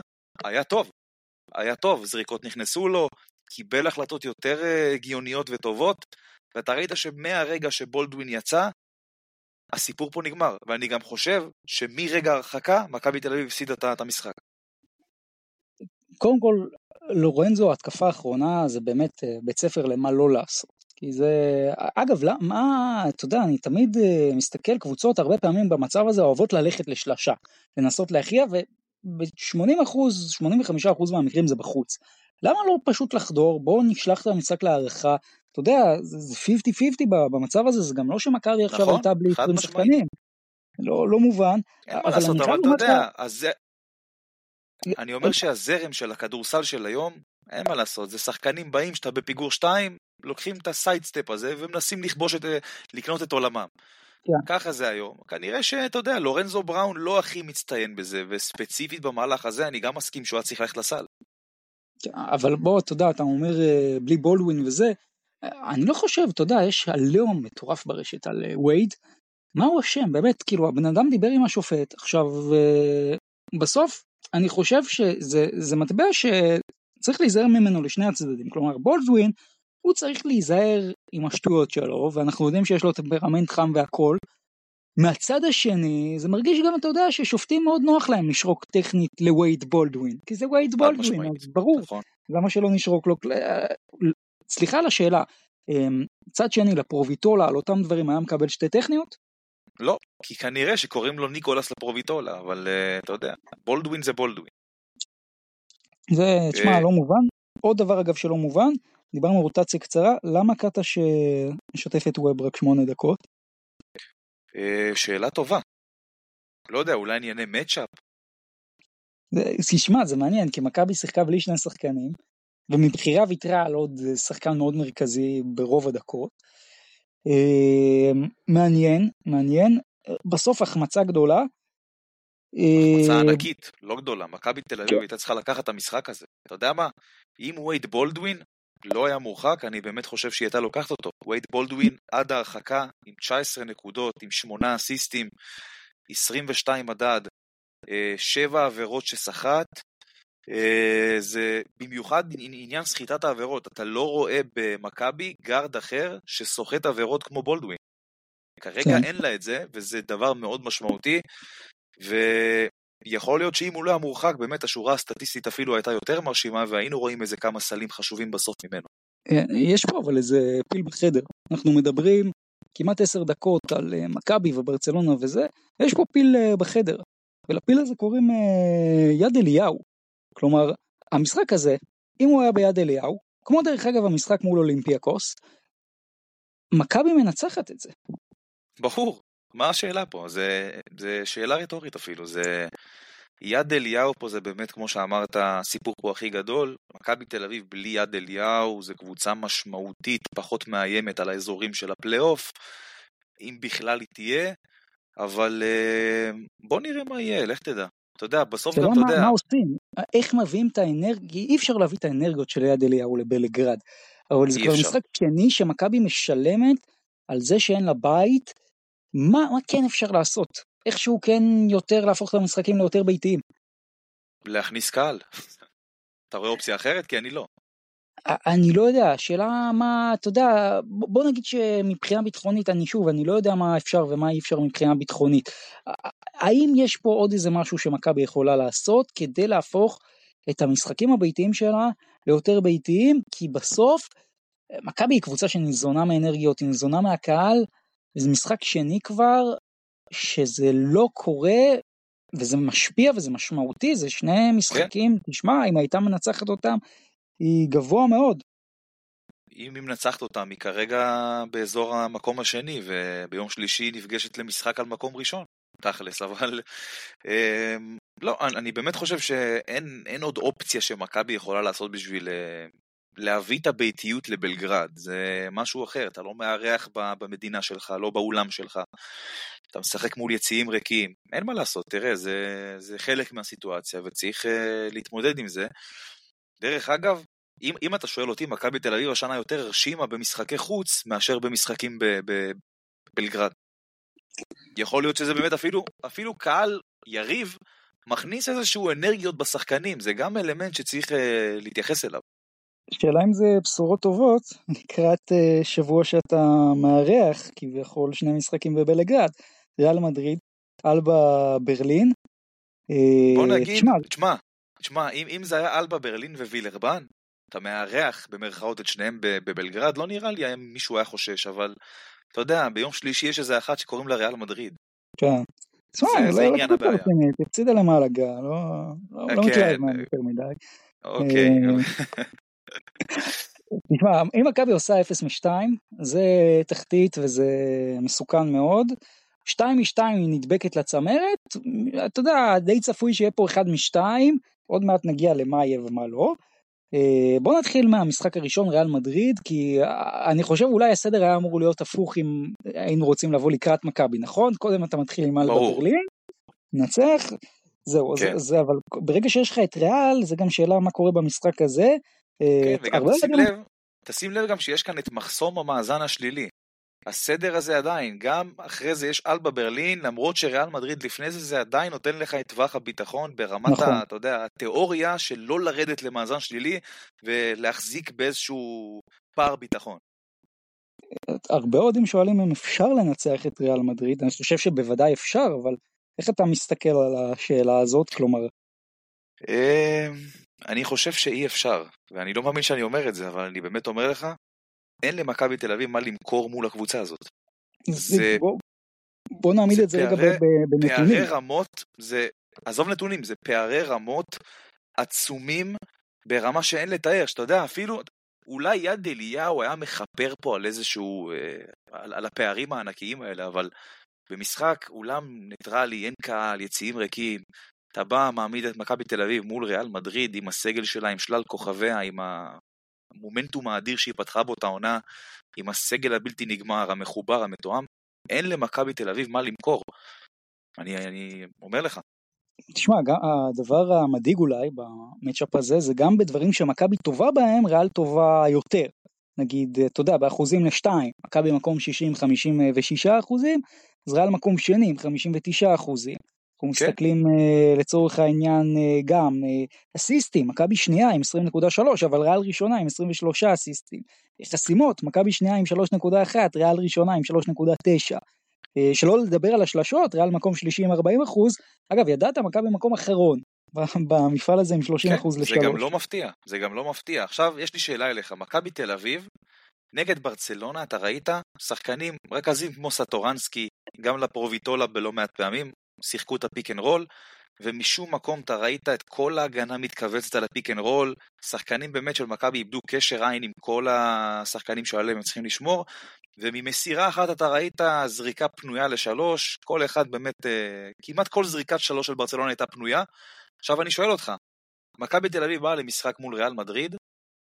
היה טוב, זריקות נכנסו לו, קיבל החלטות יותר הגיוניות וטובות, ואתה ראית שמהרגע שבולדווין יצא, הסיפור פה נגמר, ואני גם חושב שמרגע הרחקה, מכבי תל אביב הפסידה את המשחק. קודם כל, לורנזו, התקפה האחרונה, זה באמת בית ספר למה לא לעשות. כי זה, אגב, אתה יודע, אני תמיד מסתכל, קבוצות הרבה פעמים במצב הזה אוהבות ללכת לשלשה, לנסות להכריע, וב-80%, 85% מהמקרים זה בחוץ. למה לא פשוט לחדור? בואו נשלח את המשחק להערכה. אתה יודע, זה 50-50 במצב הזה, זה גם לא שמכבי עכשיו הייתה בלי 20 שחקנים. לא מובן. אין מה לעשות, אבל אתה יודע, אני אומר שהזרם של הכדורסל של היום, אין מה לעשות, זה שחקנים באים שאתה בפיגור 2, לוקחים את הסיידסטפ הזה, ומנסים לקנות את עולמם. ככה זה היום. כנראה שאתה יודע, לורנזו בראון לא הכי מצטיין בזה, וספציפית במהלך הזה, אני גם מסכים שהוא היה צריך ללכת לסל. אבל בוא, אתה יודע, אתה אומר בלי בולדווין וזה, אני לא חושב, אתה יודע, יש עליהום מטורף ברשת על וייד, מה הוא השם? באמת, כאילו, הבן אדם דיבר עם השופט, עכשיו, בסוף, אני חושב שזה מטבע שצריך להיזהר ממנו לשני הצדדים, כלומר, בולדווין, הוא צריך להיזהר עם השטויות שלו, ואנחנו יודעים שיש לו טמפרמנט חם והכל, מהצד השני, זה מרגיש גם, אתה יודע, ששופטים מאוד נוח להם לשרוק טכנית לווייד בולדווין, כי זה ווייד בולדווין, אז ברור, נכון. למה שלא נשרוק לו, סליחה על השאלה, צד שני, לפרוביטולה, על אותם דברים, היה מקבל שתי טכניות? לא, כי כנראה שקוראים לו ניקולס לפרוביטולה, אבל אתה יודע, בולדווין זה בולדווין. זה, תשמע, לא מובן. עוד דבר אגב שלא מובן, דיברנו רוטציה קצרה, למה קטש משתף את ווב רק 8 דקות? שאלה טובה. לא יודע, אולי ענייני מצ'אפ? תשמע, זה מעניין, כי מכבי שיחקה בלי שני שחקנים, ומבחירה ויתרה על עוד שחקן מאוד מרכזי ברוב הדקות. מעניין, בסוף החמצה גדולה. החמצה ענקית, לא גדולה, מכבי תל אביב הייתה צריכה לקחת את המשחק הזה. אתה יודע מה? אם וייד בולדווין לא היה מורחק, אני באמת חושב שהיא הייתה לוקחת אותו. וייד בולדווין עד ההרחקה עם 19 נקודות, עם 8 אסיסטים, 22 מדד, 7 עבירות ששחט, זה במיוחד עניין סחיטת העבירות. אתה לא רואה במכבי גארד אחר שסוחט עבירות כמו בולדווין. כרגע אין לה את זה, וזה דבר מאוד משמעותי, ויכול להיות שאם הוא לא היה מורחק, באמת השורה הסטטיסטית אפילו הייתה יותר מרשימה, והיינו רואים איזה כמה סלים חשובים בסוף ממנו. יש פה אבל איזה פיל בחדר. אנחנו מדברים כמעט 10 דקות על מכבי וברצלונה וזה, יש פה פיל בחדר, ולפיל הזה קוראים יד אליהו. כלומר, המשחק הזה, אם הוא היה ביד אליהו, כמו דרך אגב המשחק מול אולימפיאקוס, מכבי מנצחת את זה. ברור, מה השאלה פה? זה שאלה רטורית אפילו, זה יד אליהו פה, זה באמת כמו שאמרת, הסיפור פה הכי גדול. מכבי תל אביב בלי יד אליהו, זה קבוצה משמעותית, פחות מאיימת על האזורים של הפלייאוף, אם בכלל היא תהיה, אבל בוא נראה מה יהיה, לך תדע. אתה יודע, בסוף גם אתה יודע... מה עושים? איך מביאים את האנרגיה? אי אפשר להביא את האנרגיות של יד אליהו לבלגרד, אבל זה כבר משחק שני שמכבי משלמת על זה שאין לה בית. מה כן אפשר לעשות? איכשהו כן יותר להפוך את המשחקים ליותר ביתיים? להכניס קהל. אתה רואה אופציה אחרת? כי אני לא. אני לא יודע, השאלה מה, אתה יודע, בוא נגיד שמבחינה ביטחונית, אני לא יודע מה אפשר ומה אי אפשר מבחינה ביטחונית. האם יש פה עוד איזה משהו שמכבי יכולה לעשות כדי להפוך את המשחקים הביתיים שלה ליותר ביתיים? כי בסוף, מכבי היא קבוצה שניזונה מאנרגיות, היא ניזונה מהקהל, וזה משחק שני כבר, שזה לא קורה, וזה משפיע וזה משמעותי, זה שני משחקים, תשמע, אם הייתה מנצחת אותם, היא גבוה מאוד. אם היא מנצחת אותם, היא כרגע באזור המקום השני, וביום שלישי נפגשת למשחק על מקום ראשון, תכלס, אבל לא, אני באמת חושב שאין עוד אופציה שמכבי יכולה לעשות בשביל להביא את הביתיות לבלגרד, זה משהו אחר, אתה לא מארח במדינה שלך, לא באולם שלך, אתה משחק מול יציאים ריקים, אין מה לעשות, תראה, זה חלק מהסיטואציה, וצריך להתמודד עם זה. דרך אגב, אם אתה שואל אותי, מכבי תל אביב השנה יותר הרשימה במשחקי חוץ, מאשר במשחקים בבלגרד. יכול להיות שזה באמת אפילו קהל יריב, מכניס איזשהו אנרגיות בשחקנים, זה גם אלמנט שצריך להתייחס אליו. שאלה אם זה בשורות טובות, לקראת שבוע שאתה מארח, כביכול שני משחקים בבלגרד, ריאל מדריד, אלבה ברלין. בוא נגיד, תשמע, אם זה היה אלבה ברלין ווילרבן, אתה מארח במרכאות את שניהם בבלגרד, לא נראה לי מישהו היה חושש, אבל אתה יודע, ביום שלישי יש איזה אחת שקוראים לה ריאל מדריד. כן. זה עניין הבעיה. תפציד עליהם על הגה, לא מתלהב מהם יותר מדי. אוקיי. תשמע, אם מכבי עושה 0-2, זה תחתית וזה מסוכן מאוד. 2-2 היא נדבקת לצמרת, אתה יודע, די צפוי שיהיה פה 1-2, עוד מעט נגיע למה יהיה ומה לא. בוא נתחיל מהמשחק הראשון, ריאל מדריד, כי אני חושב אולי הסדר היה אמור להיות הפוך אם היינו רוצים לבוא לקראת מכבי, נכון? קודם אתה מתחיל עם אלבה ברלין, נצח, זהו, כן. זה, אבל ברגע שיש לך את ריאל, זה גם שאלה מה קורה במשחק הזה. כן, וגם תשים לב גם שיש כאן את מחסום המאזן השלילי. הסדר הזה עדיין, גם אחרי זה יש אלבה ברלין, למרות שריאל מדריד לפני זה עדיין נותן לך את טווח הביטחון ברמת, נכון. אתה יודע, התיאוריה של לא לרדת למאזן שלילי ולהחזיק באיזשהו פער ביטחון. הרבה עודים שואלים אם אפשר לנצח את ריאל מדריד, אני חושב שבוודאי אפשר, אבל איך אתה מסתכל על השאלה הזאת, כלומר? אני חושב שאי אפשר, ואני לא מאמין שאני אומר את זה, אבל אני באמת אומר לך, אין למכבי תל אביב מה למכור מול הקבוצה הזאת. בוא נעמיד את זה רגע בנתונים. פערי רמות, עזוב נתונים, זה פערי רמות עצומים ברמה שאין לתאר, שאתה יודע, אפילו אולי יד אליהו היה מחפר פה על איזשהו, על הפערים הענקיים האלה, אבל במשחק אולם ניטרלי, אין קהל, יציאים ריקים, אתה בא, מעמיד את מכבי תל אביב מול ריאל מדריד, עם הסגל שלה, עם שלל כוכביה, עם המומנטום האדיר שהיא פתחה באותה עונה, עם הסגל הבלתי נגמר, המחובר, המתואם, אין למכבי תל אביב מה למכור. אני אומר לך. תשמע, הדבר המדאיג אולי במצ'אפ הזה, זה גם בדברים שמכבי טובה בהם, ריאל טובה יותר. נגיד, אתה יודע, באחוזים לשתיים, מכבי במקום 60, 56 אחוזים, אז ריאל מקום שני עם 59 אחוזים. אנחנו מסתכלים לצורך העניין גם אסיסטים, מכבי שנייה עם 20.3, אבל ריאל ראשונה עם 23 אסיסטים. חסימות, מכבי שנייה עם 3.1, ריאל ראשונה עם 3.9. שלא לדבר על השלשות, ריאל מקום שלישי עם 40%, אגב, ידעת, מכבי במקום אחרון, במפעל הזה עם 30% לשלוש. זה גם לא מפתיע. עכשיו, יש לי שאלה אליך, מכבי תל אביב, נגד ברצלונה, אתה ראית שחקנים רכזים כמו סטורנסקי, גם לפרוביטולה בלא מעט פעמים, שיחקו את הפיק אנד רול, ומשום מקום אתה ראית את כל ההגנה מתכווצת על הפיק אנד רול, שחקנים באמת של מכבי איבדו קשר עין עם כל השחקנים שעליהם הם צריכים לשמור, וממסירה אחת אתה ראית זריקה פנויה לשלוש, כל אחד באמת, כמעט כל זריקת שלוש של ברצלונה הייתה פנויה. עכשיו אני שואל אותך, מכבי תל אביב באה למשחק מול ריאל מדריד,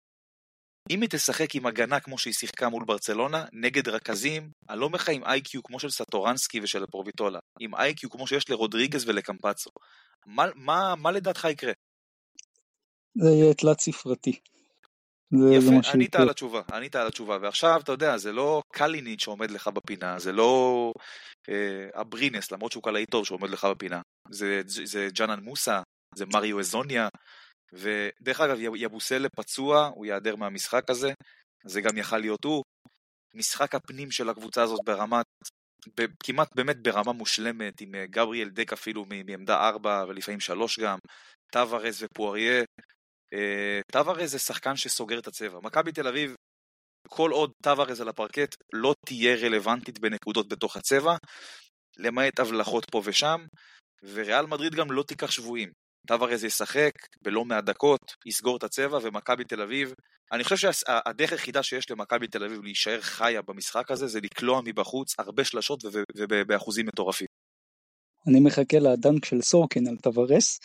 אם היא תשחק עם הגנה כמו שהיא שיחקה מול ברצלונה, נגד רכזים, אני לא אומר לך עם איי-קיו כמו של סטורנסקי ושל פרוביטולה, עם איי-קיו כמו שיש לרודריגז ולקמפצו, מה לדעתך יקרה? זה יהיה תלת ספרתי. יפה, ענית על התשובה, ועכשיו אתה יודע, זה לא קליניץ' שעומד לך בפינה, זה לא אברינס, למרות שהוא קלעי טוב שעומד לך בפינה, זה ג'אנן מוסה, זה מריו אזוניה, ודרך אגב יבוסל פצוע, הוא יעדר מהמשחק הזה, זה גם יכל להיות הוא, משחק הפנים של הקבוצה הזאת ברמת, כמעט באמת ברמה מושלמת, עם גבריאל דק אפילו מעמדה 4 ולפעמים 3 גם, טווארז ופואריה, טווארז זה שחקן שסוגר את הצבע, מכבי תל אביב, כל עוד טווארז על הפרקט לא תהיה רלוונטית בנקודות בתוך הצבע, למעט הבלחות פה ושם, וריאל מדריד גם לא תיקח שבועים, טווארז ישחק בלא מעט דקות, יסגור את הצבע, ומכבי תל אביב, אני חושב שהדרך היחידה שיש למכבי תל אביב להישאר חיה במשחק הזה, זה לקלוע מבחוץ הרבה שלשות ובאחוזים מטורפים. אני מחכה לדנק של סורקן על טווארז.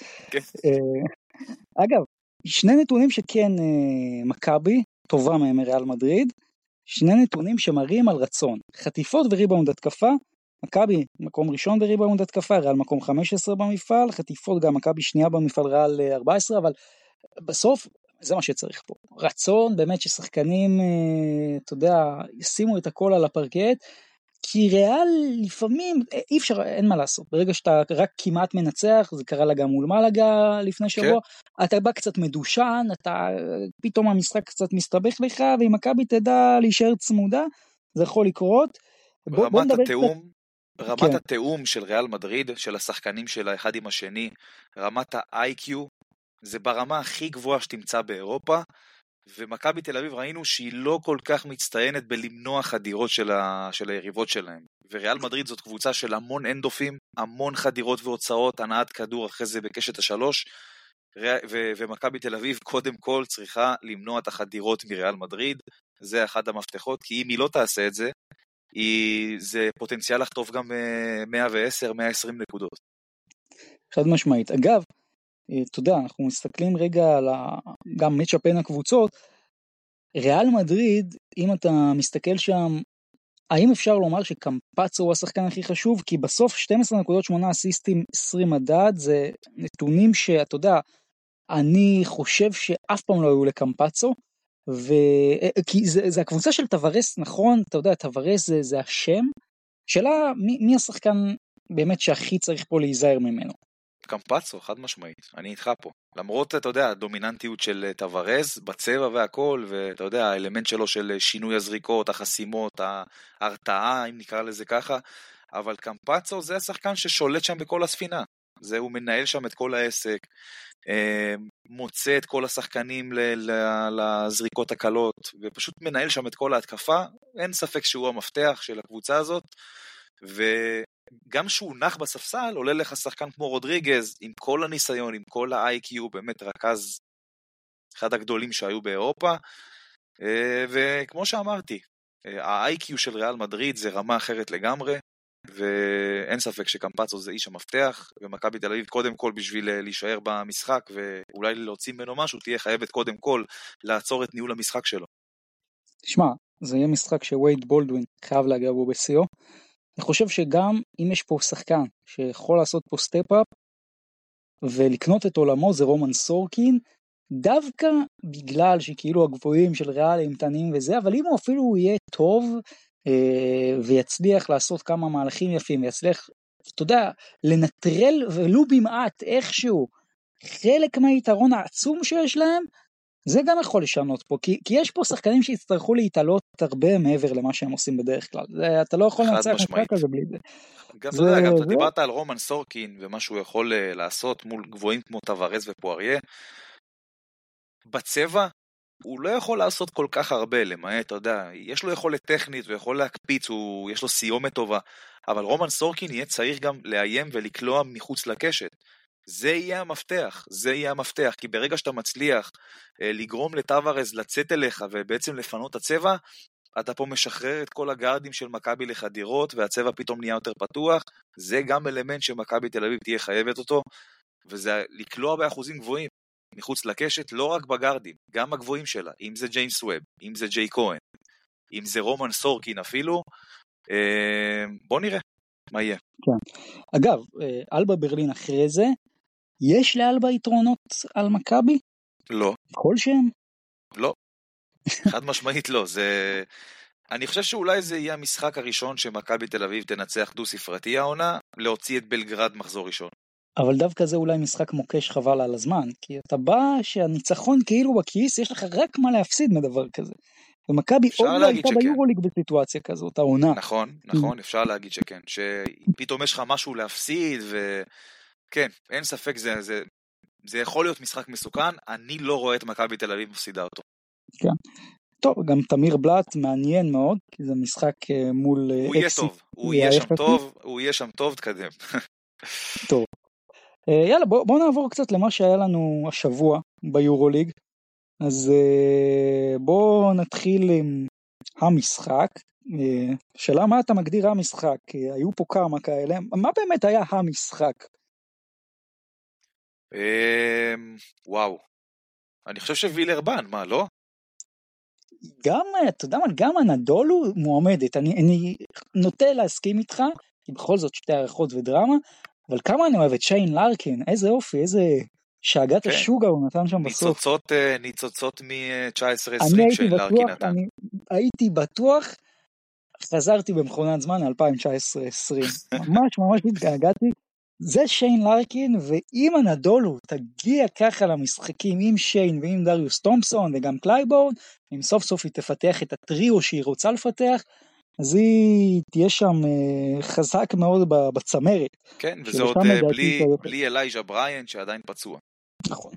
אגב, שני נתונים שכן מכבי טובה מהם ריאל מדריד, שני נתונים שמראים על רצון, חטיפות וריבאונד התקפה, מכבי מקום ראשון בריבאונד התקפה, ריאל מקום 15 במפעל, חטיפות גם מכבי שנייה במפעל, ריאל 14, אבל בסוף זה מה שצריך פה, רצון באמת ששחקנים, אתה יודע, ישימו את הכל על הפרקט, כי ריאל לפעמים אי אפשר, אין מה לעשות, ברגע שאתה רק כמעט מנצח, זה קרה לה גם מול מלאגה לפני שבוע, אתה בא קצת מדושן, פתאום המשחק קצת מסתבך לך, ואם מכבי תדע להישאר צמודה, זה יכול לקרות. רמת התאום של ריאל מדריד, של השחקנים שלה אחד עם השני, רמת ה-IQ, זה ברמה הכי גבוהה שתמצא באירופה, ומכבי תל אביב ראינו שהיא לא כל כך מצטיינת בלמנוע חדירות של היריבות שלהם. וריאל מדריד זאת קבוצה של המון אנדופים, המון חדירות והוצאות, הנעת כדור אחרי זה בקשת השלוש, ומכבי תל אביב קודם כל צריכה למנוע את החדירות מריאל מדריד, זה אחד המפתחות, כי אם היא לא תעשה את זה, זה פוטנציאל לחטוף גם 110, 120 נקודות. חד משמעית. אגב, אתה יודע, אנחנו מסתכלים רגע על גם מצ'אפ בין הקבוצות, ריאל מדריד, אם אתה מסתכל שם, האם אפשר לומר שקמפצו הוא השחקן הכי חשוב? כי בסוף 12.8 אסיסטים 20 מדד, זה נתונים שאתה יודע, אני חושב שאף פעם לא היו לקמפצו, כי זה הקבוצה של טווארז, נכון, אתה יודע, טווארז זה השם, שאלה מי השחקן באמת שהכי צריך פה להיזהר ממנו? קמפצו, חד משמעית, אני איתך פה. למרות, אתה יודע, הדומיננטיות של טווארז בצבע והכל, ואתה יודע, האלמנט שלו של שינוי הזריקות, החסימות, ההרתעה, אם נקרא לזה ככה, אבל קמפצו זה השחקן ששולט שם בכל הספינה. הוא מנהל שם את כל העסק, מוצא את כל השחקנים לזריקות הקלות, ופשוט מנהל שם את כל ההתקפה. אין ספק שהוא המפתח של הקבוצה הזאת, וגם שהוא נח בספסל, עולה לך שחקן כמו רודריגז, עם כל הניסיון, עם כל ה-IQ, באמת רכז אחד הגדולים שהיו באירופה, וכמו שאמרתי, ה-IQ של ריאל מדריד זה רמה אחרת לגמרי, ואין ספק שקמפצו זה איש המפתח, ומכבי תל אביב קודם כל בשביל להישאר במשחק, ואולי להוציא ממנו משהו, תהיה חייבת קודם כל לעצור את ניהול המשחק שלו. תשמע, זה יהיה משחק שווייד בולדווין חייב להגיע בו בסיום. אני חושב שגם אם יש פה שחקן שיכול לעשות פה סטפ-אפ, ולקנות את עולמו זה רומן סורקין, דווקא בגלל שכאילו הגבוהים של ריאל הם קטנים וזה, אבל אם הוא אפילו יהיה טוב, ויצליח לעשות כמה מהלכים יפים, ויצליח, אתה יודע, לנטרל ולו במעט איכשהו, חלק מהיתרון העצום שיש להם, זה גם יכול לשנות פה, כי יש פה שחקנים שיצטרכו להתעלות הרבה מעבר למה שהם עושים בדרך כלל, אתה לא יכול לנצח משחק כזה בלי זה. גם אתה יודע, גם אתה דיברת על רומן סורקין, ומה שהוא יכול לעשות מול גבוהים כמו טווארז ופואריה, בצבע, הוא לא יכול לעשות כל כך הרבה, למעט, אתה יודע, יש לו יכולת טכנית, הוא יכול להקפיץ, יש לו סיומת טובה, אבל רומן סורקין יהיה צריך גם לאיים ולקלוע מחוץ לקשת. זה יהיה המפתח, זה יהיה המפתח, כי ברגע שאתה מצליח לגרום לטווארז לצאת אליך ובעצם לפנות את הצבע, אתה פה משחרר את כל הגארדים של מכבי לחדירות, והצבע פתאום נהיה יותר פתוח, זה גם אלמנט שמכבי תל אביב תהיה חייבת אותו, וזה לקלוע באחוזים גבוהים, מחוץ לקשת, לא רק בגארדים, גם הגבוהים שלה, אם זה ג'יימס ווב, אם זה ג'יי כהן, אם זה רומן סורקין אפילו, בוא נראה מה יהיה. כן. אגב, אלבה ברלין אחרי זה, יש לאלבה יתרונות על מכבי? לא. כלשהם? לא. חד משמעית לא. אני חושב שאולי זה יהיה המשחק הראשון שמכבי תל אביב תנצח דו ספרתי העונה, להוציא את בלגרד מחזור ראשון. אבל דווקא זה אולי משחק מוקש חבל על הזמן, כי אתה בא שהניצחון כאילו בכיס, יש לך רק מה להפסיד מדבר כזה. ומכבי עוד לא הייתה ביורוליג בסיטואציה כזאת, העונה. נכון, אפשר להגיד שכן. שפתאום יש לך משהו להפסיד, וכן, אין ספק, זה יכול להיות משחק מסוכן, אני לא רואה את מכבי תל אביב מפסידה אותו. כן. טוב, גם תמיר בלט מעניין מאוד, כי זה משחק מול הוא יהיה טוב, הוא יהיה שם טוב, תקדם. טוב. יאללה, בוא נעבור קצת למה שהיה לנו השבוע ביורוליג. אז בוא נתחיל עם המשחק. שאלה מה אתה מגדיר המשחק? היו פה כמה כאלה. מה באמת היה המשחק? וואו. אני חושב שווילרבן, מה, לא? גם, אתה יודע מה, גם הנדולו מועמדת. אני נוטה להסכים איתך, כי בכל זאת שתי ערכות ודרמה, אבל כמה אני אוהב את שיין לארקין, איזה אופי, איזה שאגת השוגה הוא נתן שם בסוף. ניצוצות מ-19-20 שיין לארקין נתן. אני הייתי בטוח, חזרתי במכונת זמן 2019-20, ממש התגעגעתי, זה שיין לארקין, ואם הנדולו תגיע ככה למשחקים עם שיין ועם דריוס תומפסון וגם קלייבורד, אם סוף סוף היא תפתח את הטריו שהיא רוצה לפתח, אז היא תהיה שם חזק מאוד בצמרת. כן, וזה עוד בלי אלייג'ה בריין שעדיין פצוע. נכון.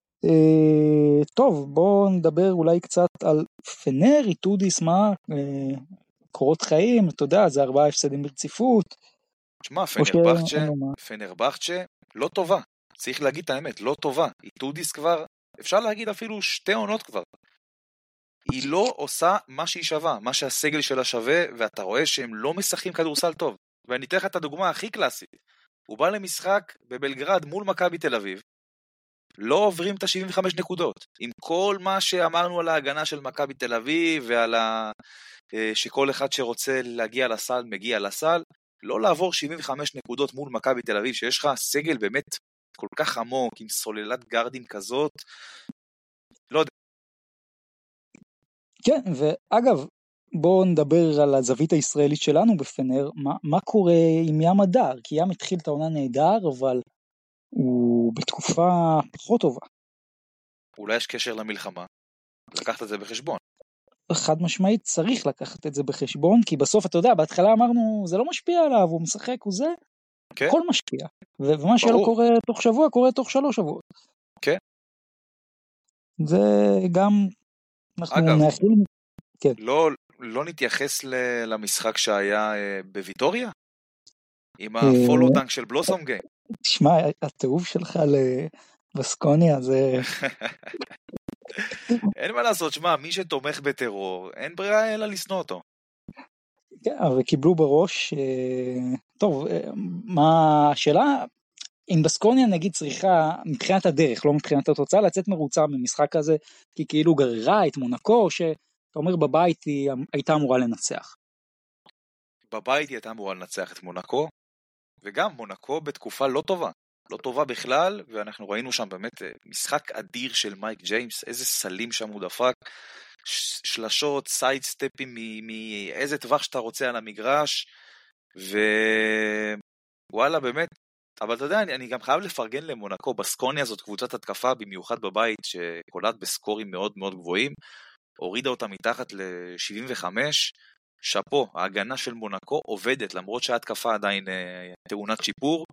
טוב, בואו נדבר אולי קצת על פנר, איטודיס, מה? קורות חיים, אתה יודע, זה 4 הפסדים ברציפות. תשמע, פנרבחצ'ה לא טובה. צריך להגיד את האמת, לא טובה. איטודיס כבר, אפשר להגיד אפילו 2 עונות כבר. היא לא עושה מה שהיא שווה, מה שהסגל שלה שווה, ואתה רואה שהם לא משחקים כדורסל טוב. ואני אתן לך את הדוגמה הכי קלאסית. הוא בא למשחק בבלגרד מול מכבי תל אביב, לא עוברים את ה-75 נקודות. עם כל מה שאמרנו על ההגנה של מכבי תל אביב, ועל שכל אחד שרוצה להגיע לסל, מגיע לסל, לא לעבור 75 נקודות מול מכבי תל אביב, שיש לך סגל באמת כל כך עמוק, עם סוללת גרדים כזאת, לא יודע. כן, ואגב, בואו נדבר על הזווית הישראלית שלנו בפנר, מה קורה עם ים הדר? כי ים התחיל את העונה נהדר, אבל הוא בתקופה פחות טובה. אולי יש קשר למלחמה, לקחת את זה בחשבון. חד משמעית צריך לקחת את זה בחשבון, כי בסוף אתה יודע, בהתחלה אמרנו, זה לא משפיע עליו, הוא משחק, הוא זה, כן. הכל משפיע. ומה שלא קורה תוך שבוע, קורה תוך 3 שבועות. כן. זה גם, אנחנו נאחלים. כן. לא נתייחס למשחק שהיה בוויטוריה? עם הפולו דנק של בלוסום גיים? תשמע, התיעוב שלך לבסקוניה זה... אין מה לעשות, שמע, מי שתומך בטרור, אין ברירה אלא לשנוא אותו. כן, וקיבלו בראש, טוב, מה השאלה? אם בסקוניה נגיד צריכה מבחינת הדרך, לא מבחינת התוצאה, לצאת מרוצה ממשחק הזה, כי כאילו גררה את מונקו, שאתה אומר בבית היא הייתה אמורה לנצח. בבית היא הייתה אמורה לנצח את מונקו, וגם מונקו בתקופה לא טובה, לא טובה בכלל, ואנחנו ראינו שם באמת משחק אדיר של מייק ג'יימס, איזה סלים שם הוא דפק, שלשות, סייד סטפים מאיזה טווח שאתה רוצה על המגרש, ווואלה באמת, אבל אתה יודע, אני גם חייב לפרגן למונקו, בסקוניה זאת קבוצת התקפה, במיוחד בבית, שקולט בסקורים מאוד מאוד גבוהים, הורידה אותה מתחת ל-75, שפו, ההגנה של מונקו עובדת, למרות שההתקפה עדיין טעונת שיפור,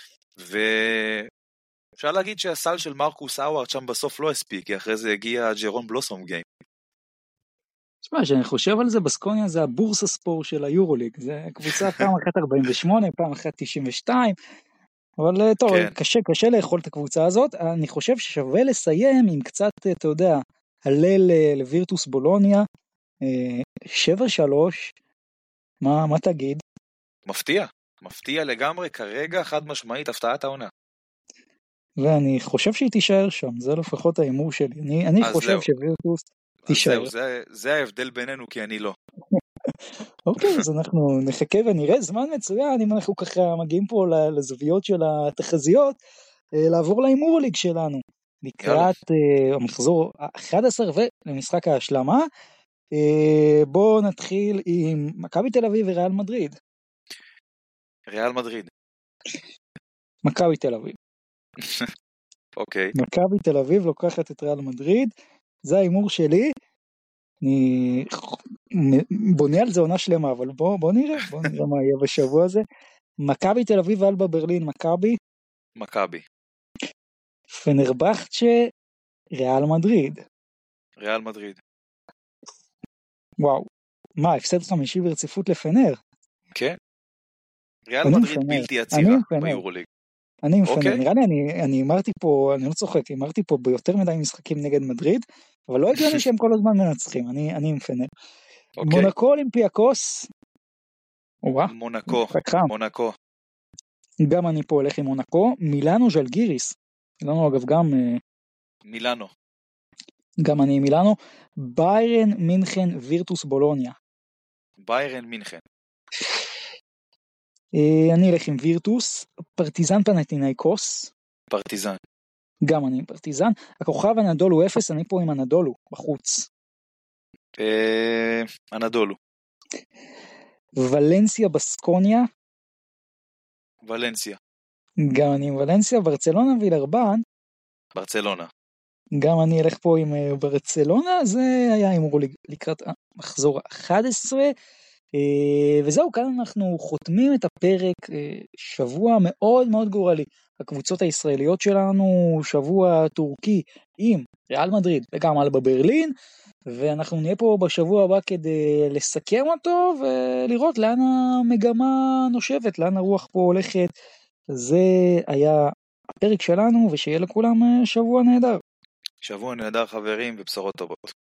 ואפשר להגיד שהסל של מרקוס אאוארד שם בסוף לא הספיק, כי אחרי זה הגיע ג'רום בלוסום גיים. תשמע, שאני חושב על זה, בסקוניה זה הבורסה ספור של היורוליג, זה קבוצה פעם אחת 48, פעם אחת 92, אבל טוב, כן. קשה לאכול את הקבוצה הזאת, אני חושב ששווה לסיים עם קצת, אתה יודע, הלל לווירטוס בולוניה, 7-3, מה תגיד? מפתיע לגמרי, כרגע חד משמעית הפתעת העונה. ואני חושב שהיא תישאר שם, זה לפחות האימור שלי, אני חושב שווירטוס תישאר. זה ההבדל בינינו, כי אני לא. אוקיי, אז אנחנו נחכה ונראה, זמן מצוין, אם אנחנו ככה מגיעים פה לזוויות של התחזיות, לעבור לאימור ליג שלנו, לקראת המחזור 11 ולמשחק ההשלמה, בואו נתחיל עם מכבי תל אביב וריאל מדריד. ריאל מדריד. מכבי תל אביב. אוקיי. מכבי תל אביב לוקחת את ריאל מדריד, זה האימור שלי, אני בונה על זה עונה שלמה, אבל בוא נראה מה יהיה בשבוע הזה. מכבי תל אביב ואלבה ברלין, מכבי. פנרבחצ'ה, ריאל מדריד. וואו, מה, הפסד 5 ברציפות לפנר? כן. ריאל מדריד בלתי יציבה ביורוליג. אני עם פנר, נראה לי, אני אמרתי פה, אני לא צוחק, אמרתי פה ביותר מדי משחקים נגד מדריד, אבל לא הגיוני שהם כל הזמן מנצחים, אני עם פנר. מונקו אולימפיאקוס, מונקו. גם אני פה הולך עם מונקו, מילאנו ז'לגיריס, אגב גם מילאנו. גם אני עם מילאנו, ביירן מינכן וירטוס בולוניה. ביירן מינכן. אני אלך עם וירטוס, פרטיזן פנתינייקוס. פרטיזן. גם אני עם פרטיזן, הכוכב אנדולו 0, אני פה עם אנדולו, בחוץ. אנדולו. ולנסיה בסקוניה. ולנסיה. גם אני עם ולנסיה, ברצלונה וילרבן. ברצלונה. גם אני אלך פה עם ברצלונה, זה היה אימור לקראת מחזור 11, וזהו, כאן אנחנו חותמים את הפרק, שבוע מאוד מאוד גורלי, הקבוצות הישראליות שלנו, שבוע טורקי עם ריאל מדריד וגם אלבה ברלין, ואנחנו נהיה פה בשבוע הבא כדי לסכם אותו, ולראות לאן המגמה נושבת, לאן הרוח פה הולכת, זה היה הפרק שלנו, ושיהיה לכולם שבוע נהדר. שבוע נהדר חברים ובשורות טובות.